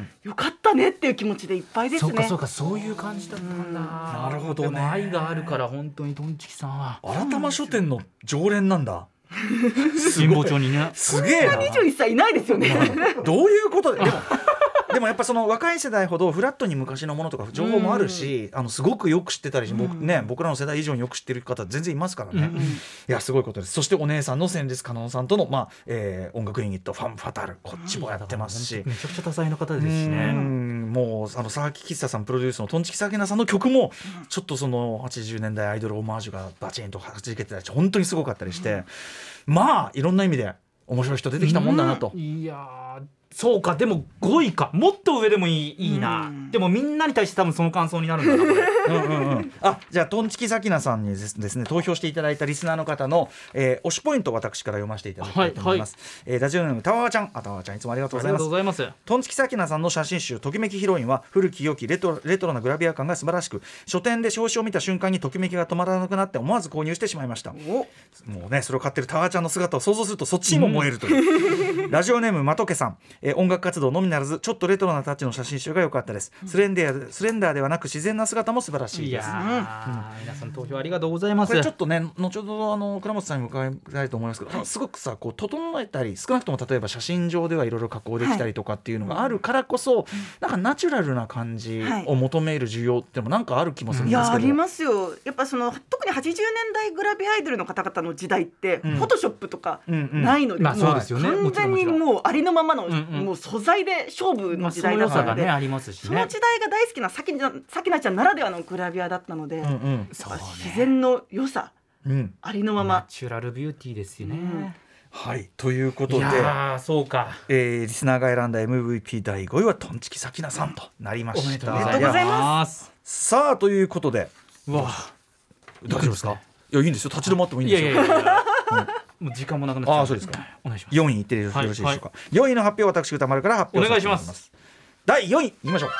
よかったねっていう気持ちでいっぱいですね。 そうかそうか、そういう感じだったんだ。 なるほどね。 でも愛があるから本当にトンチキさんは新玉書店の常連なんだ。 神保町にね。 すげえな。 にじゅういっさいいないですよね。 どういうことで。でもでもやっぱその若い世代ほどフラットに昔のものとか情報もあるし、あのすごくよく知ってたりし、僕ね、僕らの世代以上によく知ってる方全然いますからね、うんうん、いやすごいことです。そしてお姉さんの戦慄かのんさんとの、まあえー、音楽ユニットファンファタル、こっちもやってますし、 めちゃくちゃ多彩な方ですしね。 うんもうあの沢木喫茶さんプロデュースのトンチキサキナさんの曲もちょっとそのはちじゅうねんだいアイドルオマージュがバチンとはじけてたりして本当にすごかったりして、うん、まあいろんな意味で面白い人出てきたもんだなと、 うん、いやそうか。でもごいか、もっと上でもいい、いいな。でもみんなに対して多分その感想になるんだなこれうんうん、 うん、あじゃあトンチキサキナさんにですですね投票していただいたリスナーの方の、えー、推しポイントを私から読ませていただきたいと思います、はいはい。えー、ラジオネームたわわちゃん、あたわわちゃんいつもありがとうございます。ありがとうございます。トンチキサキナさんの写真集ときめきヒロインは古き良きレトロ、レトロなグラビア感が素晴らしく、書店で表紙を見た瞬間にときめきが止まらなくなって思わず購入してしまいました。もうねそれを買ってるたわわちゃんの姿を想像するとそっちにも燃えるという、うん、ラジオネームまとけさん、えー、音楽活動のみならずちょっとレトロなタッチの写真集が良かったです。スレンダー、スレンダーではなく自然な姿も素晴らしいです。いや、 うん、皆さん投票ありがとうございます。 これちょっとね後ほどあの倉本さんに伺いたいと思いますけど、はい、すごくさこう整えたり少なくとも例えば写真上ではいろいろ加工できたりとかっていうのがあるからこそ、はい、なんかナチュラルな感じを求める需要ってもなんかある気もするんですけど、 いやありますよ。やっぱその特にはちじゅうねんだいグラビアアイドルの方々の時代って、うん、フォトショップとかないので、 うんうんまあ、そうですよね、 完全にもうありのままの、うんうん、もう素材で勝負の時代だったので、 まあ、その良さがねありますしね、 その時代が大好きなさきな、さきなちゃんならではのグラビアだったので、うんうん、そうね、自然の良さ、うん、ありのままナチュラルビューティーですよね、うん、 はいということで、いやそうか、 えー、リスナーが選んだ エムブイピー だいごいはトンチキサキナさんとなりました。 おめでとうございます。 さあということで、 うわ大丈夫ですか。いやいいんですよ、立ち止まってもいいんですよ。 いやいやいやもう時間もなくなっちゃう。 あそうですか。 お願いします。 よんいいってよろしいでしょうか、はいはい、よんいの発表は私歌丸から発表させていただきます。だいよんいいきましょう。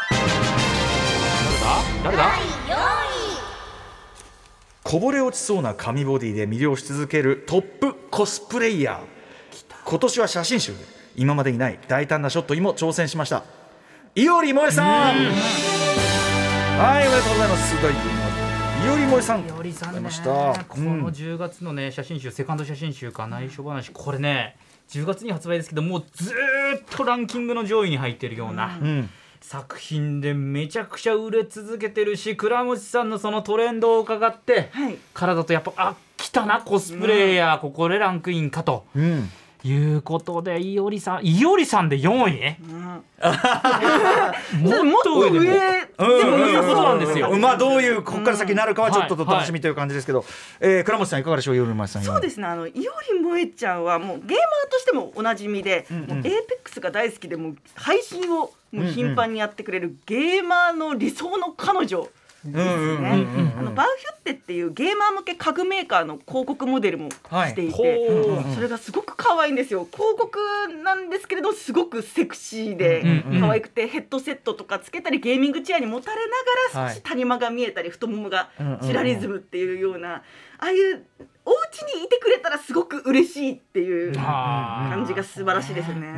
誰だ誰だ。 だいよんいこぼれ落ちそうな紙ボディで魅了し続けるトップコスプレイヤー。今年は写真集で今までにない大胆なショットにも挑戦しました。伊織萌さん、はい、おめでとうございます。伊織萌さん、 伊織さんね、 した、 このじゅうがつのね写真集、セカンド写真集か内緒話、これねじゅうがつに発売ですけど、もうずーっとランキングの上位に入ってるような、うん、作品でめちゃくちゃ売れ続けてるし、倉持さんのそのトレンドを伺って、はい、体とやっぱあ来たなコスプレイヤー、うん、ここでランクインかと、うん、いうことで伊織さん伊織さんでよんい、うん、もっと上でも、うん、でも良さそうなんですよ、 うん、まあどういうここから先になるかはちょっと楽しみという感じですけど、はいはい、えー、倉持さんいかがでしょう。伊織萌さん。 そうですね、あの伊織萌ちゃんはもうゲーマーとしてもおなじみで、うんうん、もうエーペックスが大好きで、もう配信をもう頻繁にやってくれるゲーマーの理想の彼女ですね。バウヒュッテっていうゲーマー向け家具メーカーの広告モデルもしていて、はい、それがすごく可愛いんですよ。広告なんですけれどすごくセクシーで可愛くて、ヘッドセットとかつけたりゲーミングチェアにもたれながら少し谷間が見えたり太ももがチラリズムっていうような、ああいうお家にいてくれたらすごく嬉しいっていう感じが素晴らしいですね。うんうん、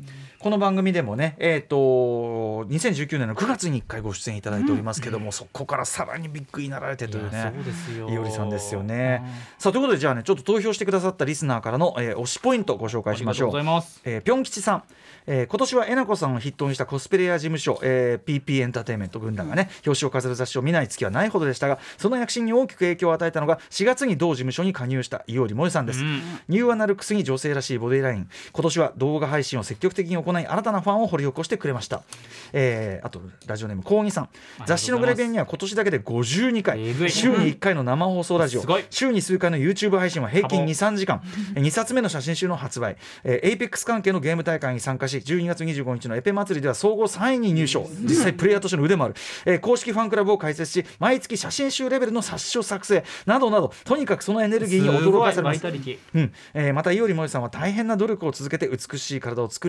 この番組でもね、えー、とにせんじゅうきゅうねんのくがつにいっかいご出演いただいておりますけども、うん、そこからさらにビッグになられてというね、伊織さんですよね、うん、さあということでじゃあねちょっと投票してくださったリスナーからの、えー、推しポイントご紹介しましょう。ありがとうございます。えー、ぴょん吉さん、えー、今年はえなこさんを筆頭にしたコスプレイヤー事務所、えー、ピーピー エンターテインメント軍団がね、うん、表紙を飾る雑誌を見ない月はないほどでしたが、その躍進に大きく影響を与えたのがしがつに同事務所に加入した伊織萌さんです、うん、ニューアナルクスに女性らしいボディライン、今年は動画配信を積極的に行い新たなファンを掘り起こしてくれました。えー、あとラジオネーム高木さん、雑誌のグラビアには今年だけでごじゅうにかい、週にいっかいの生放送ラジオ、週に数回の YouTube 配信は平均 にさんじかん、にさつめの写真集の発売、えー、エイペックス関係のゲーム大会に参加し、じゅうにがつにじゅうごにちのエペ祭りでは総合さんいに入賞、実際プレイヤーとしての腕もある、えー、公式ファンクラブを開設し、毎月写真集レベルの冊子を作成などなど、とにかくそのエネルギーに驚かされます。うん、えー、また伊織萌さんは大変な努力を続けて美しい体を作りキープして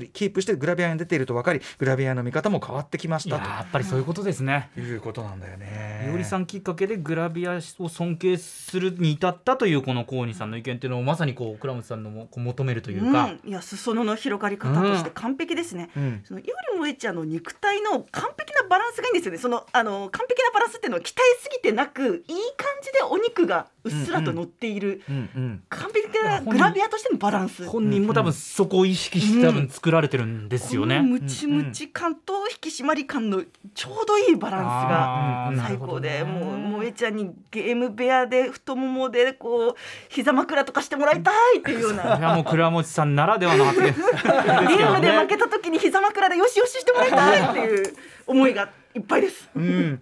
してグラビアに出ていると分かりグラビアの見方も変わってきましたと。 やっぱりそういうことですね。 いうことなんだよね。 いおりさんきっかけでグラビアを尊敬するに至ったというこの河野さんの意見っていうのをまさにこう倉本さんのもこう求めるというか、 うん、いや裾野の広がり方として完璧ですね、うん、そのいおり萌えちゃんの肉体の完璧なバランスがいいんですよね。そのあの完璧なバランスっていうのは鍛えすぎてなくいい感じでお肉がうっすらと乗っている、うんうん、完璧なグラビアとしてのバランス。 本人も多分そこを意識して多分作られてるんですよね、 うん、このムチムチ感と引き締まり感のちょうどいいバランスが最高で、もう萌えちゃんにゲーム部屋で太ももでこう膝枕とかしてもらいたいっていうような、 それはもう倉持さんならではの発言ゲームで負けた時に膝枕でよしよししてもらいたいっていう思いがいっぱいです、 うん、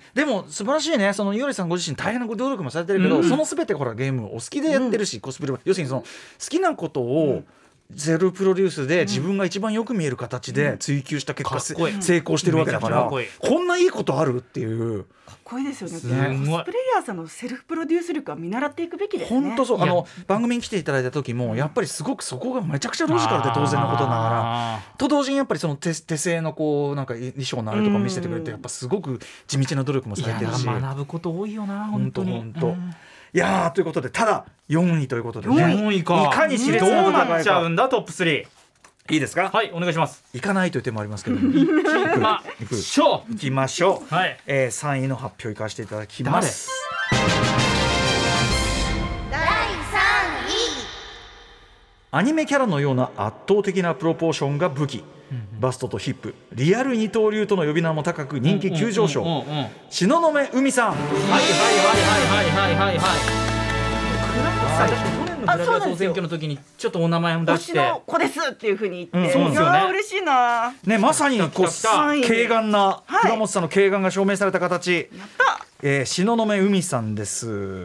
でも素晴らしいね。そのいおりさんご自身大変なご努力もされてるけど、うん、その全てほらゲームをお好きでやってるし、うん、コスプレは要するにその好きなことをゼロプロデュースで自分が一番よく見える形で追求した結果、うん、成功してるわけだから、こんないいことあるっていうかっこいいですよね。コスプレイヤーさんのセルフプロデュース力は見習っていくべきですね。 本当そう。あの番組に来ていただいた時もやっぱりすごくそこがめちゃくちゃロジカルで当然のことながらと同時にやっぱりその 手, 手製のこうなんか衣装のあれとか見せてくれてやっぱすごく地道な努力もされてるし、 学ぶこと多いよな本当に。 本当本当。いやーということでただよんいということでね、 よんいかいかに熾烈などうなっちゃうんだトップスリー。 いいですか。 はいお願いします。 いかないという手もありますけど行きましょう行きましょう、 はいえー、さんいの発表いかせていただきます。 だいさんいアニメキャラのような圧倒的なプロポーションが武器、バストとヒップリアル二刀流との呼び名も高く人気急上昇、東雲海さん。はいはいはいはいはいはいはい。グラビア総選挙の時にちょっとお名前を出して推しの子ですっていう風に言って、 うん、そうですよね。 嬉しいな、 ね、まさにこう軽眼な倉本さんの軽眼が証明された形、 やった、 えー、東雲海さんです。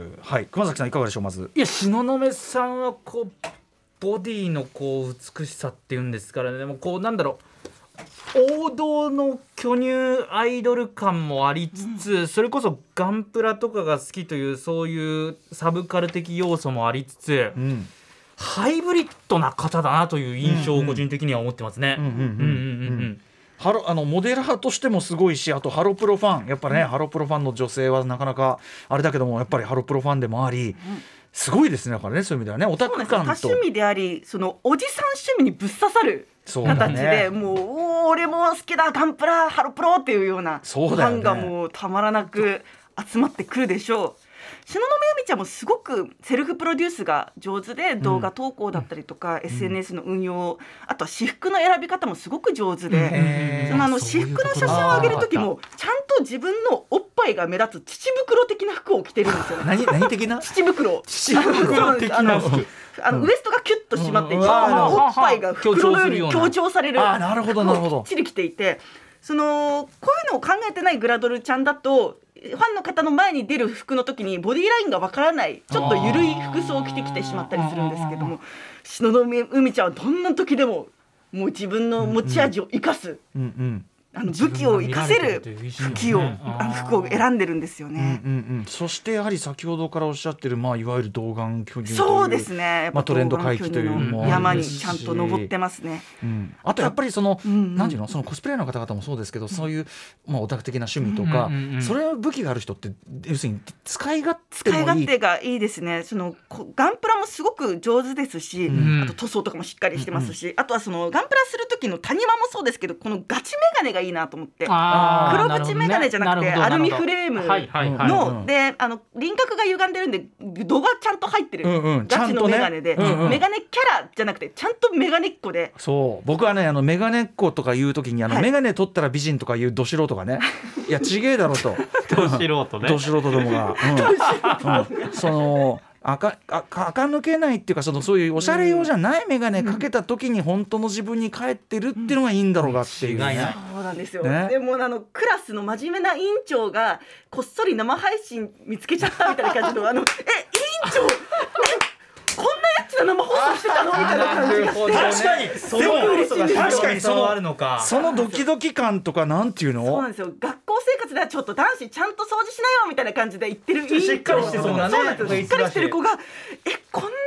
はい、熊崎さんいかがでしょう。まずいや東雲さんはこうボディのこう美しさっていうんですからね、でもこうなんだろう王道の巨乳アイドル感もありつつ、うん、それこそガンプラとかが好きというそういうサブカル的要素もありつつ、うん、ハイブリッドな方だなという印象を個人的には思ってますね。 ハロあのモデラーとしてもすごいし、あとハロプロファンやっぱね、うん、ハロプロファンの女性はなかなかあれだけどもやっぱりハロプロファンでもあり、うん、すごいですね。だからねそういう意味ではねオタク感と多趣味でありそのおじさん趣味にぶっ刺さる形で、ね、もう俺も好きだガンプラハロプロっていうようなファンがもうたまらなく集まってくるでしょう。東雲海ちゃんもすごくセルフプロデュースが上手で、動画投稿だったりとか、うん、エスエヌエス の運用、あとは私服の選び方もすごく上手で、そのあの私服の写真を上げる時もちゃんと自分のおっぱいが目立つ乳袋的な服を着てるんですよね。 何, 何的な乳袋乳袋的な服あのウエストがキュッと締まっていて、うん、おっぱいが袋のように強調されるあなるほどなるほどきっちり着ていて、そのこういうのを考えてないグラドルちゃんだとファンの方の前に出る服の時にボディラインがわからないちょっと緩い服装を着てきてしまったりするんですけども、東雲海ちゃんはどんな時でももう自分の持ち味を生かす、うんうん、あの武器を生かせる服を、あの服を選んでるんですよね、 うんうんうん、そしてやはり先ほどからおっしゃってる、まあ、いわゆる童顔巨乳というそうですね、 まあ、トレンド回帰というのも山にちゃんと登ってますね、 うん、あとやっぱりその、うんうん、なんていうのそのコスプレイヤーの方々もそうですけど、うん、そういう、まあ、オタク的な趣味とか、うんうんうん、それ武器がある人って要するに使い勝手もいい、 使い勝手がいいですね。そのガンプラもすごく上手ですし、うん、あと塗装とかもしっかりしてますし、うんうん、あとはそのガンプラする時の谷間もそうですけど、このガチメガネがいいなと思って、黒縁メガネじゃなくてアルミフレームので、あの輪郭が歪んでるんで度がちゃんと入ってる、うんうん、ガチのメガネで、ねうんうん、メガネキャラじゃなくてちゃんとメガネっ子で、 そう僕はねあのメガネっ子とか言う時にあの、はい、メガネ取ったら美人とか言うど素人がねいやちげえだろとど素人ねど素人どもが、うんうん、その赤赤抜けないっていうか、そのそういうおしゃれ用じゃないメガネかけた時に本当の自分に返ってるっていうのがいいんだろうがっていう、ね、 そうなんですよ、ね、でもあのクラスの真面目な委員長がこっそり生配信見つけちゃったみたいな感じのあのえ委員長えこんなやつが生放送してたのみたいな感じがして、 ね、確かにその確かにそのあるのか、 そのドキドキ感とかなんていうの、 そうなんですよ。学校生活ではちょっと男子ちゃんと掃除しなよみたいな感じで言ってる委員長、 しっかりしてそうなね、 しっかりしてる子がえこんな谷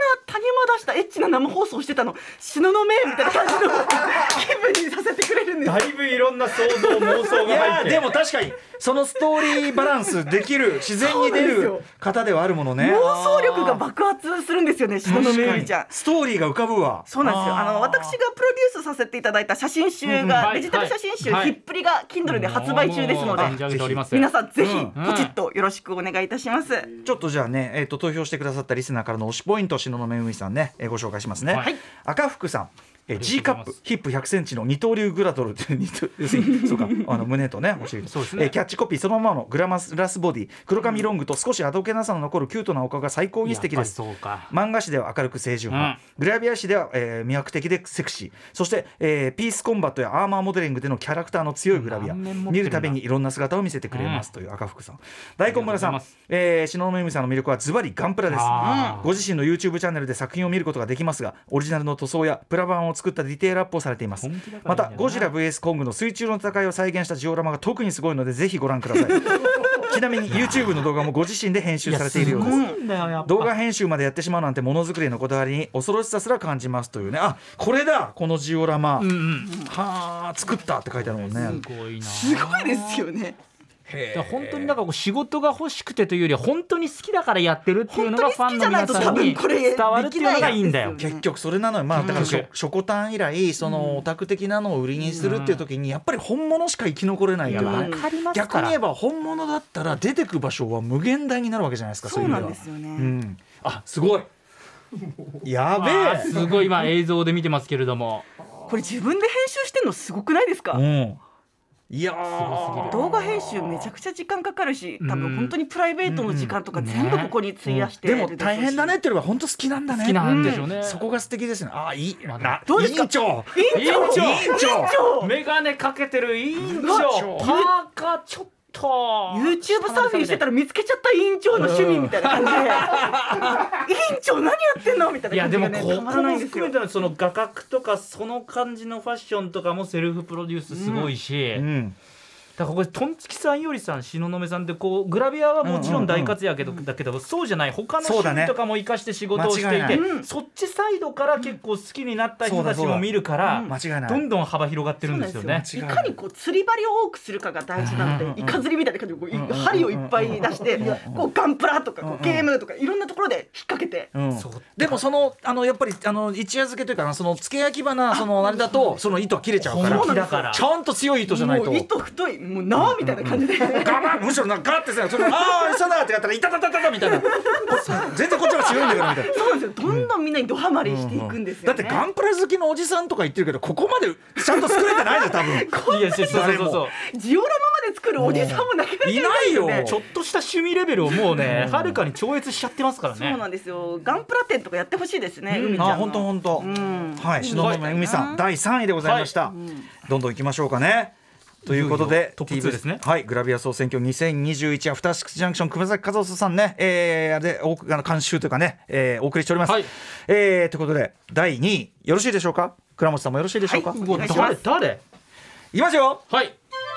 出したエッチな生放送してたの東雲みたいな感じの気分にさせてくれるんですよ。 だいぶいろんな想像妄想いが入ってやでも確かにそのストーリーバランスできる自然に出る方ではあるものね。 妄想力が爆発するんですよね東雲ゆりちゃん。 ストーリーが浮かぶわ。 そうなんですよ。あの私がプロデュースさせていただいた写真集が、 うんデジタル写真集、 はいひっぷりが Kindle で発売中ですので、 存じ上げております。 皆さんぜひうんポチッとよろしくお願いいたします。 ちょっとじゃあね、えー、と投票してくださったリスナーからの推しポイント、東雲海さんね、えーご紹介しますね、 はい赤福さん、えー、 あり G がとうございますカップヒップひゃくセンチの二刀流グラドルっていう二刀要するにそうかあの胸とねお尻とそうですねえーキャッチコピーそのままのグラマラスボディ黒髪ロングと少しあどけなさの残るキュートなお顔が最高に素敵です。 やっぱりそうか。 漫画誌では明るく清純派、グラビア誌では、えー魅惑的でセクシー、そして、えーピースコンバットやアーマーモデリングでのキャラクターの強いグラビア、 満面持ってるんだ見るたびにいろんな姿を見せてくれます、という赤福さん。大根村さんありがとうございます、 えー、篠宮由美さんの魅力はズバリガンプラです。 あーご自身の YouTube チャンネルで作品を見ることができますが、オリジナルの塗装やプラ板を作ったディテールアップをされています。 本気だからまいいんだよなたゴジラ ブイエス コングの水中の戦いを再現したジオラマが特にすごいのでぜひご覧くださいちなみに YouTube の動画もご自身で編集されているようです。 いやすごいんだよやっぱ動画編集までやってしまうなんてものづくりのこだわりに恐ろしさすら感じますというね。あ、これだこのジオラマ、 うんうんはあ作ったって書いてあるもんね。 すごいな。 すごいですよね。 へだから本当になんかこう仕事が欲しくてというよりは本当に好きだからやってるっていうのがファンの皆さんに伝わるっていうのがいいんだよ。 結局それなのよ。まあだからしょうんショコタン以来そのオタク的なのを売りにするっていう時にやっぱり本物しか生き残れないというわね。 かりますから。 逆に言えば本物だったら出てく場所は無限大になるわけじゃないですか。 そうなんい意味ですよね。 うん、あすごいやべわあえ、 すごい今映像で見てますけれども。 これ自分で編集してんのすごくないですか。 うんいやすごすぎる動画編集めちゃくちゃ時間かかるし、多うん分本当にプライベートの時間とかうん全部ここに費やしてでるしも大変だねっていうのは本当好きなんだね。 好きなんでしょうね。 そこが素敵ですね。あいいまだなどうですか委員長委員長委員長メガネかけてる委員うわ長。パーカーちょっと。 YouTube サーフィンしてたら見つけちゃった委員長の趣味みたいな感じで、委員長何やってんのみたいいやな感じでもここがねたまらないんですよも含め。てのその画角とかその感じのファッションとかもセルフプロデュースすごいし、 うんだからこれトンツキさんよりさん東雲さんってこうグラビアはもちろん大活躍だけど、だけどそうじゃない他のそうだね趣味とかも生かして仕事をしてい間違いてないうんそっちサイドから結構好きになった人たちそうだそうだも見るから間違いないどんどん幅広がってるんですよね。 いかにこう釣り針を多くするかが大事なので、 うんうんうんイカ釣りみたいな感じでこうい針をいっぱい出して、こうガンプラとかこうゲームとかいろんなところで引っ掛けて、 うんそうでもそのあのやっぱりあの一夜漬けというかなその付け焼き花そのあれだとその糸切れちゃうから本気だからちゃんと強い糸じゃないともう糸太いもう縄みたいな感じで、 ガバンむしろなんかガッてさそのああ餌だってやったらいたたたたたみたいな全然こっちが強いんだけどみたいな。 そうなんですよ。どんどんみんなにドハマりしていくんですよね。 だってガンプラ好きのおじさんとか言ってるけどここまでちゃんと作れてないで多分いやそうそうそうそうジオラマまで作るおじさんもなかなかいないよねちょっとした趣味レベルをもうねはるかに超越しちゃってますからね。 そうなんですよ。ガンプラ店とかやってほしいですね。海ちゃんのあ本当本当うんはい篠宮由美さんだいさんいでございました。どんどん行きましょうかね。ということでトップツーですねティービーエス はいグラビア総選挙にせんにじゅういちアフターシックスジャンクション熊崎和夫さんね、えー、あれでおあの監修というかね、えー、お送りしております、 はいえー、ということでだいにいよろしいでしょうか。倉本さんもよろしいでしょうか。 はいうわお願いします誰誰いきますよ。 はい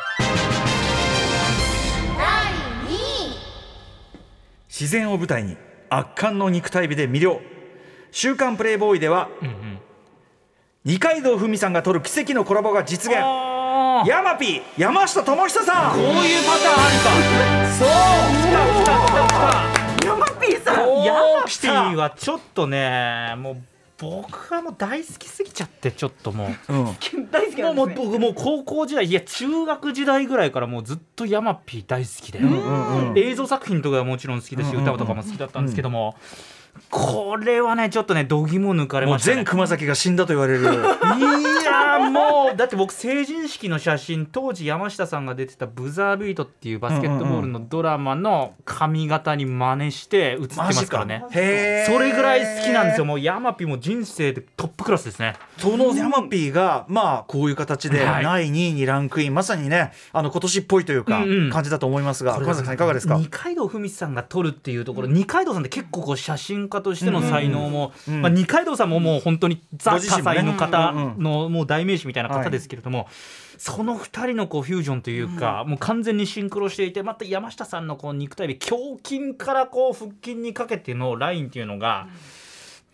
自然を舞台に圧巻の肉体美で魅了。週刊プレイボーイでは、 うんうん二階堂ふみさんが撮る奇跡のコラボが実現。 あーヤマピー山下智久さん。 こういうパターンあるか。 そう来た来た来た来た。 ヤマピーさんおーヤマピ来たーはちょっとねもう僕はもう大好きすぎちゃってちょっともううん大好きなもうんもうですね。 僕もう高校時代いや中学時代ぐらいからもうずっとヤマピー大好きで、 うんうん映像作品とかはもちろん好きだし、 うんうんうん歌とかも好きだったんですけども、これはねちょっとね度肝抜かれもうましたね。 全熊崎が死んだと言われるいやーもうだって僕成人式の写真当時山下さんが出てたブザービートっていうバスケットボールのドラマの髪型に真似して写ってますからね。 へーそれぐらい好きなんですよ。もうヤマピーも人生でトップクラスですね。 そのヤマピーがまあこういう形ではいだいにいにランクイン、まさにねあの今年っぽいというかうんうん感じだと思いますが、 これ熊崎さんいかがですか。 二階堂ふみさんが撮るっていうところ、二階堂さんって結構こう写真家としての才能も、 うんうんまあ、二階堂さんももう本当にザ・多ご自身もね彩の方うんうんうんのもう代名詞みたいな方ですけれども、そのふたりのこうフュージョンというか、もう完全にシンクロしていて、また山下さんのこう肉体美胸筋からこう腹筋にかけてのラインっていうのが、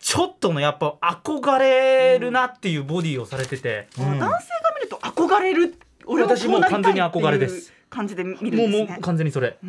ちょっとのやっぱ憧れるなっていうボディをされてて、 うん、男性が見ると憧れる、俺もこうなりたいっていう感じで見るんですね。 もうもう完全にそれ、 うん、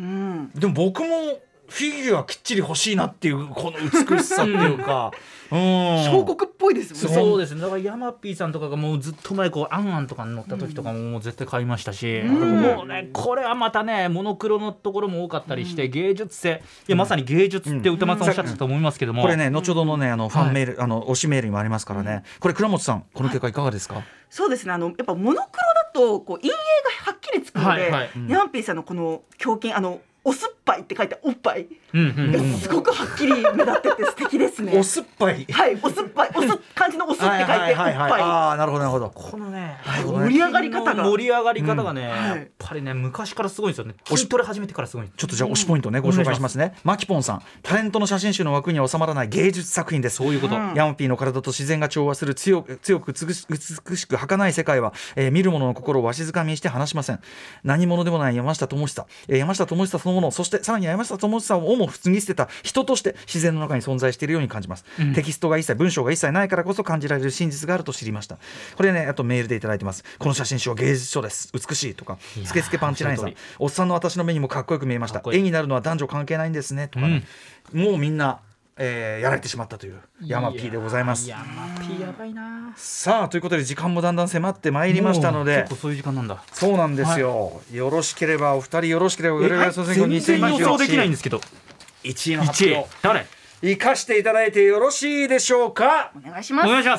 でも僕もフィギュアきっちり欲しいなっていうこの美しさっていうか彫刻っぽいですもんね。 そうですね。だからヤマピーさんとかがもうずっと前こうアンアンとかに乗った時とかももう絶対買いましたし、うん、もうねこれはまたねモノクロのところも多かったりして、うん、芸術性、いやまさに芸術って歌松さんおっしゃってたと思いますけども、 これね後ほどのねあのファンメール、はい、あの推しメールにもありますからね、うん、これ倉本さんこの結果いかがですか？はい、 そうですね、あのやっぱモノクロだとこう陰影がはっきりつくので、はいはい、うん、ヤマピーさんのこの胸筋、あのおすっぱいって書いておっぱいがすごくはっきり目立ってて素敵ですね。 おすっぱい、 はい、おすっぱい、おす漢字のおすって書いておっぱい。 ああ、なるほどなるほど。 このね、 はい、盛り上がり方が盛り上がり方がね、うん、やっぱりね昔からすごいですよね。筋トレ始めてからすごい。 ちょっとじゃあ推しポイントね、うん、ご紹介しますね。マキポンさん、タレントの写真集の枠には収まらない芸術作品です。 そういうこと。 うん、ヤマピーの体と自然が調和する強く強く美しく儚い世界は、えー、見る者の心をわしづかみにして離しません。何者でもない山下智久、えー、山下智久そのもの、そしてさらに山下智久をも脱ぎ捨てた人として自然の中に存在しているように感じます。うん、テキストが一切文章が一切ないからこそ感じられる真実があると知りました。これね、あとメールでいただいてます。この写真集は芸術書です、美しいとか。スケスケパンチラインさん、おっさんの私の目にもかっこよく見えました。絵になるのは男女関係ないんですねとかね、うん、もうみんな、えー、やられてしまったというヤマピーでございます。 ヤマピーやばいな。 さあということで時間もだんだん迫ってまいりましたので、 結構そういう時間なんだ。 そうなんですよ、はい、よろしければお二人よろしければグラビア総選挙にせんにじゅうはち全然予想できないんですけどいちいの発表誰生かしていただいてよろしいでしょうか？ お願いします。 お願いします。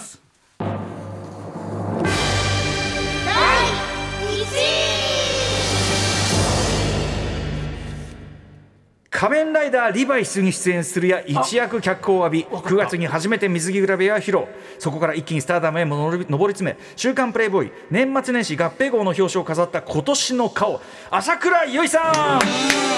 だいいちい仮面ライダーリバイスに出演するや一躍脚光を浴びくがつに初めて水着グラビアを披露。そこから一気にスターダムへも上り詰め週刊プレイボーイ年末年始合併号の表紙を飾った今年の顔、朝倉由依さん。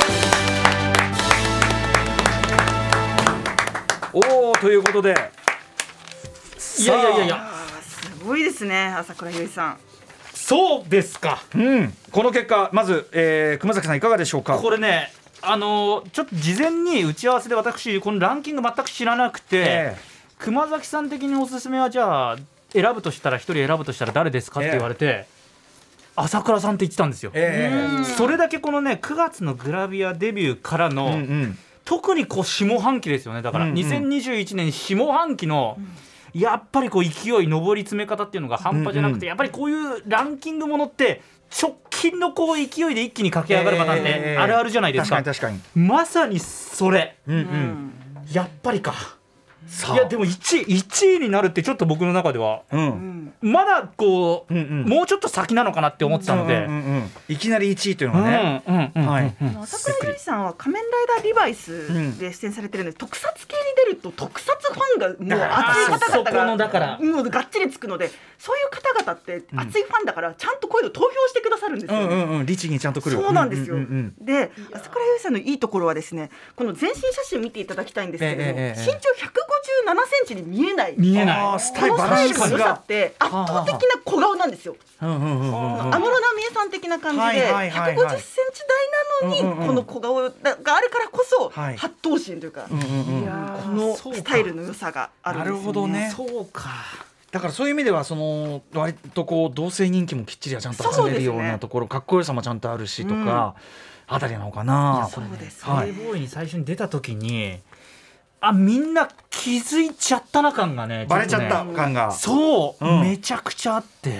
おーということで、 いやいやいやいやすごいですね、朝倉由依さん。 そうですか、 うん、この結果まず、えー、熊崎さんいかがでしょうか？ これね、あのー、ちょっと事前に打ち合わせで私このランキング全く知らなくて、えー、熊崎さん的におすすめはじゃあ選ぶとしたら一人選ぶとしたら誰ですかって言われて、えー、朝倉さんって言ってたんですよ、えー、それだけこのねくがつのグラビアデビューからの、うんうん、特にこう下半期ですよね。だから、うんうん、にせんにじゅういちねん下半期の、うん、やっぱりこう勢い上り詰め方っていうのが半端じゃなくて、うんうん、やっぱりこういうランキングものって直近のこう勢いで一気に駆け上がるパターンってあるあるじゃないですか、えー、確かに確かにまさにそれ、うんうん、やっぱりか。いやでも いちい, いちいになるってちょっと僕の中では、うん、まだこう、うんうん、もうちょっと先なのかなって思ってたので、うんうんうん、 いきなりいちいというのはね、 朝倉由依さんは仮面ライダーリバイスで出演されてるんで、うん、特撮系に出ると特撮ファンがもう熱い方々がだからもうがっちりつくので、そういう方々って熱いファンだからちゃんとこういうの投票してくださるんですよね、うんうんうん、 律儀にちゃんと来る。 そうなんですよ、うんうんうん、で朝倉由依さんのいいところはですね、この全身写真見ていただきたいんですけれども、えーえー、身長ひゃくごじゅうななセンチに見えない見えないスタイルの良さって圧倒的な小顔なんですよ。安室奈美恵さん的な感じでひゃくごじゅっセンチ台なのにこの小顔があるからこそ八頭身というか、このスタイルの良さがあるんですよね。 なるほどね。 そうか。 だからそういう意味ではその割とこう同性人気もきっちりはちゃんと集めるようなところ、かっこよさもちゃんとあるしとか、あたりなのかな。 そうですね。プレイボーイに最初に出た時に、あ、みんな気づいちゃったな感がね、 バレちゃった感が、 そう、うん、めちゃくちゃあって、うん、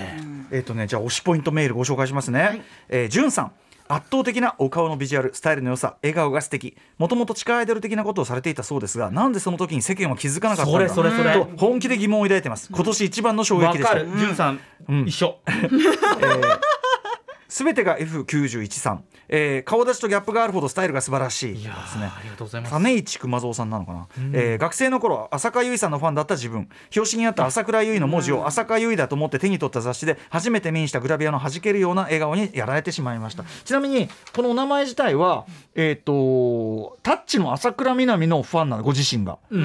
えっとね、じゃあ推しポイントメールご紹介しますね、はい。えー、じゅんさん、圧倒的なお顔のビジュアル、スタイルの良さ、笑顔が素敵。もともと地下アイドル的なことをされていたそうですが、なんでその時に世間は気づかなかったんだそれそれそれと本気で疑問を抱いてます。今年一番の衝撃でした。 わかる、じゅんさん、うん、一緒、えーすべてが エフきゅうじゅういち さん、えー、顔立ちとギャップがあるほどスタイルが素晴らしいですね。 ありがとうございます。 種市熊蔵さんなのかな、うんえー、学生の頃朝倉由依さんのファンだった自分、表紙にあった朝倉由依の文字を朝倉由依だと思って手に取った雑誌で初めて目にしたグラビアの弾けるような笑顔にやられてしまいました。ちなみにこのお名前自体は、えー、とタッチの朝倉みなみのファンなのご自身が、うん、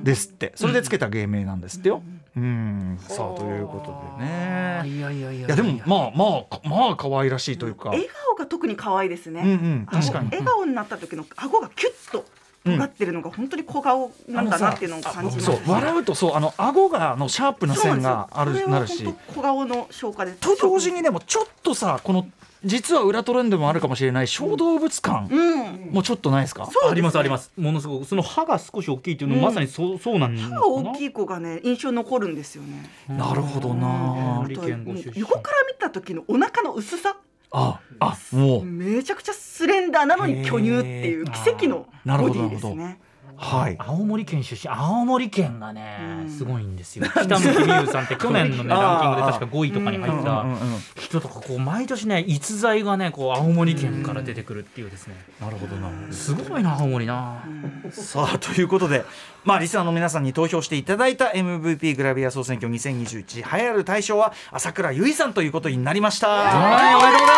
ですって。それでつけた芸名なんですってよ、うん、うんさあということでね、いやいやいやいやでもまあまあまあ可愛らしいというか、 笑顔が特に可愛いですね、 うんうん、確かに笑顔になった時の顎がキュッと尖ってるのが本当に小顔なんだなっていうのを感じます、ね、 そう笑うとそうあの顎があのシャープな線があるなるし、 小顔の消化でと同時にでもちょっとさこの実は裏トレンドもあるかもしれない小動物感もちょっとないですか、 うん、ありますあります。ものすごくその歯が少し大きいっていうのもまさにそう、うん、そうなんだ。 歯が大きい子がね印象残るんですよね。 なるほどな。 あと横から見た時のお腹の薄さ、 ああもうめちゃくちゃスレンダーなのに巨乳っていう奇跡のボディですね。 はい、 青森県出身、青森県がね、うん、すごいんですよ。北向美優さんって去年の、ね、ランキングで確かごいとかに入った人とかこう毎年ね逸材がねこう青森県から出てくるっていうですね、 うん、なるほどなるほど、 すごいな青森な、 うん、さあということで、まあ、リスナーの皆さんに投票していただいた エムブイピー グラビア総選挙にせんにじゅういち栄えある大賞は朝倉由衣さんということになりました。はい、おめでとうございます。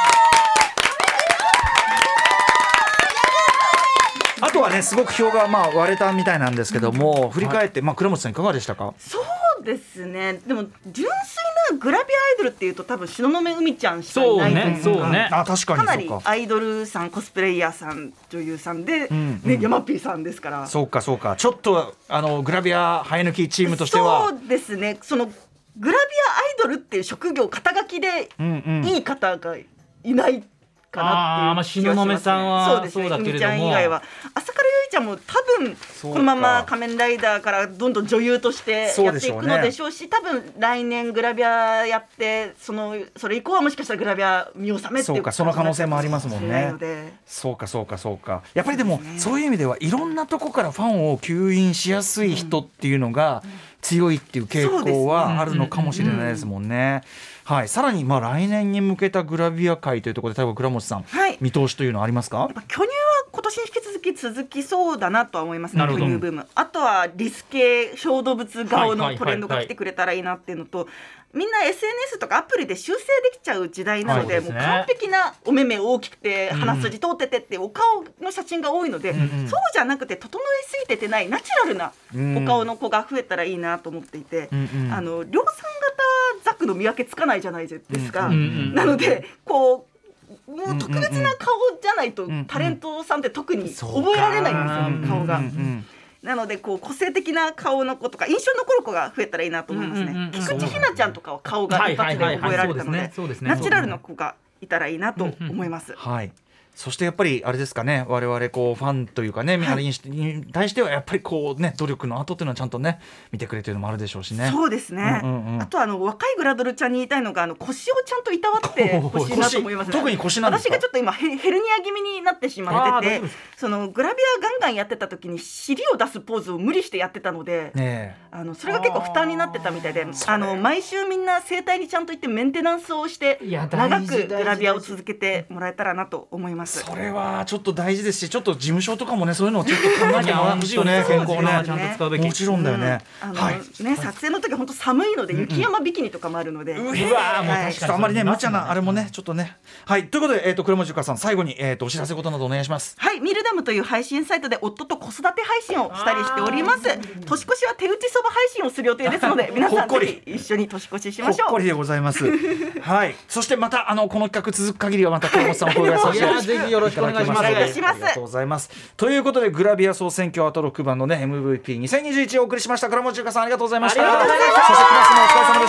あとはねすごく票がまあ割れたみたいなんですけども、うん、振り返って、まあ、倉本さんいかがでしたか。 そうですね、でも純粋なグラビアアイドルっていうと多分東雲海ちゃんしかいないというか、 そうねそうね、 あ確かにかなりアイドルさんコスプレイヤーさん女優さんで、うんうん、ね、ヤマピーさんですから。 そうかそうか、ちょっとあのグラビア生え抜きチームとしてはそうですね、そのグラビアアイドルっていう職業肩書きでいい方がいないかなっていう気がしますね。あ、まあ、 東雲さんはそうですね、 そうだけれども、 海ちゃん以外は朝倉由衣ちゃんも多分このまま仮面ライダーからどんどん女優としてやっていくのでしょうし、多分来年グラビアやってそのそれ以降はもしかしたらグラビア見納めっていうそうか、その可能性もありますもんね。そうかそうかそうか、やっぱりでもそう、ね、そういう意味ではいろんなとこからファンを吸引しやすい人っていうのが強いっていう傾向はあるのかもしれないですもんね。はい、さらにまあ来年に向けたグラビア界というところで、多分倉本さん、はい、見通しというのはありますか。 やっぱ巨乳は今年に引き続き続きそうだなとは思いますね。巨乳ブーム、あとはリス系小動物顔のトレンドが来てくれたらいいなっていうのと、みんな エスエヌエス とかアプリで修正できちゃう時代なので、はい、もう完璧なお目目大きくて、うん、鼻筋通っててってお顔の写真が多いので、うんうん、そうじゃなくて整えすぎててないナチュラルなお顔の子が増えたらいいなと思っていて、うんうん、あの量産型ザクの見分けつかないじゃないですか、うんうん、なのでこうもう特別な顔じゃないと、うんうん、タレントさんって特に覚えられないんですよね、顔が、うんうん、なのでこう個性的な顔の子とか印象に残る子が増えたらいいなと思いますね、うんうんうん、菊池ひなちゃんとかは顔が一発で覚えられたのでナチュラルな子がいたらいいなと思います、うんうん、 はい。そしてやっぱりあれですかね、我々こうファンというかね、みんなに対してはやっぱりこうね努力の後っていうのはちゃんとね見てくれてるのもあるでしょうしね。 そうですね、うんうんうん、あとあの若いグラドルちゃんに言いたいのが、あの腰をちゃんといたわってほしいなと思いますね。 特に腰なんですか。 私がちょっと今ヘルニア気味になってしまってて、そのグラビアガンガンやってた時に尻を出すポーズを無理してやってたので、ね、あのそれが結構負担になってたみたいで、あの毎週みんな整体にちゃんと行ってメンテナンスをして長くグラビアを続けてもらえたらなと思います。 それはちょっと大事ですし、ちょっと事務所とかもねそういうのをちょっと考えてもらってほしいよね。健康ね、ちゃんと使うべき。もちろんだよね、 うん、あの、はい、ね、撮影の時は本当寒いので、うんうん、雪山ビキニとかもあるので、うわー、もう確かにあんまりね無茶なあれもねちょっとね。はい、ということで、えー、と倉本ゆかさん最後に、えー、とお知らせことなどお願いします。 はい、ミルダムという配信サイトで夫と子育て配信をしたりしております。年越しは手打ちそば配信をする予定ですので皆さんぜひ一緒に年越ししましょう。 ほっこりでございますはい、そしてまたあのこの企画続く限りはまた倉本さんをお声掛けさせてぜひよろしくお願いします。 お願いします。 ありがとうございます。ということでグラビア総選挙あとろくばんのね エムブイピーにせんにじゅういち をお送りしました。倉本ゆかさんありがとうございました。 ありがとうございます。 そしてクラスもお疲れ様でした。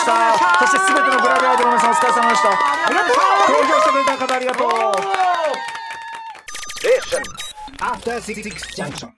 そしてすべてのグラビアアイドルの皆さんお疲れ様でした。 ありがとう。 投票してくれた方ありがとう。 After Six Junction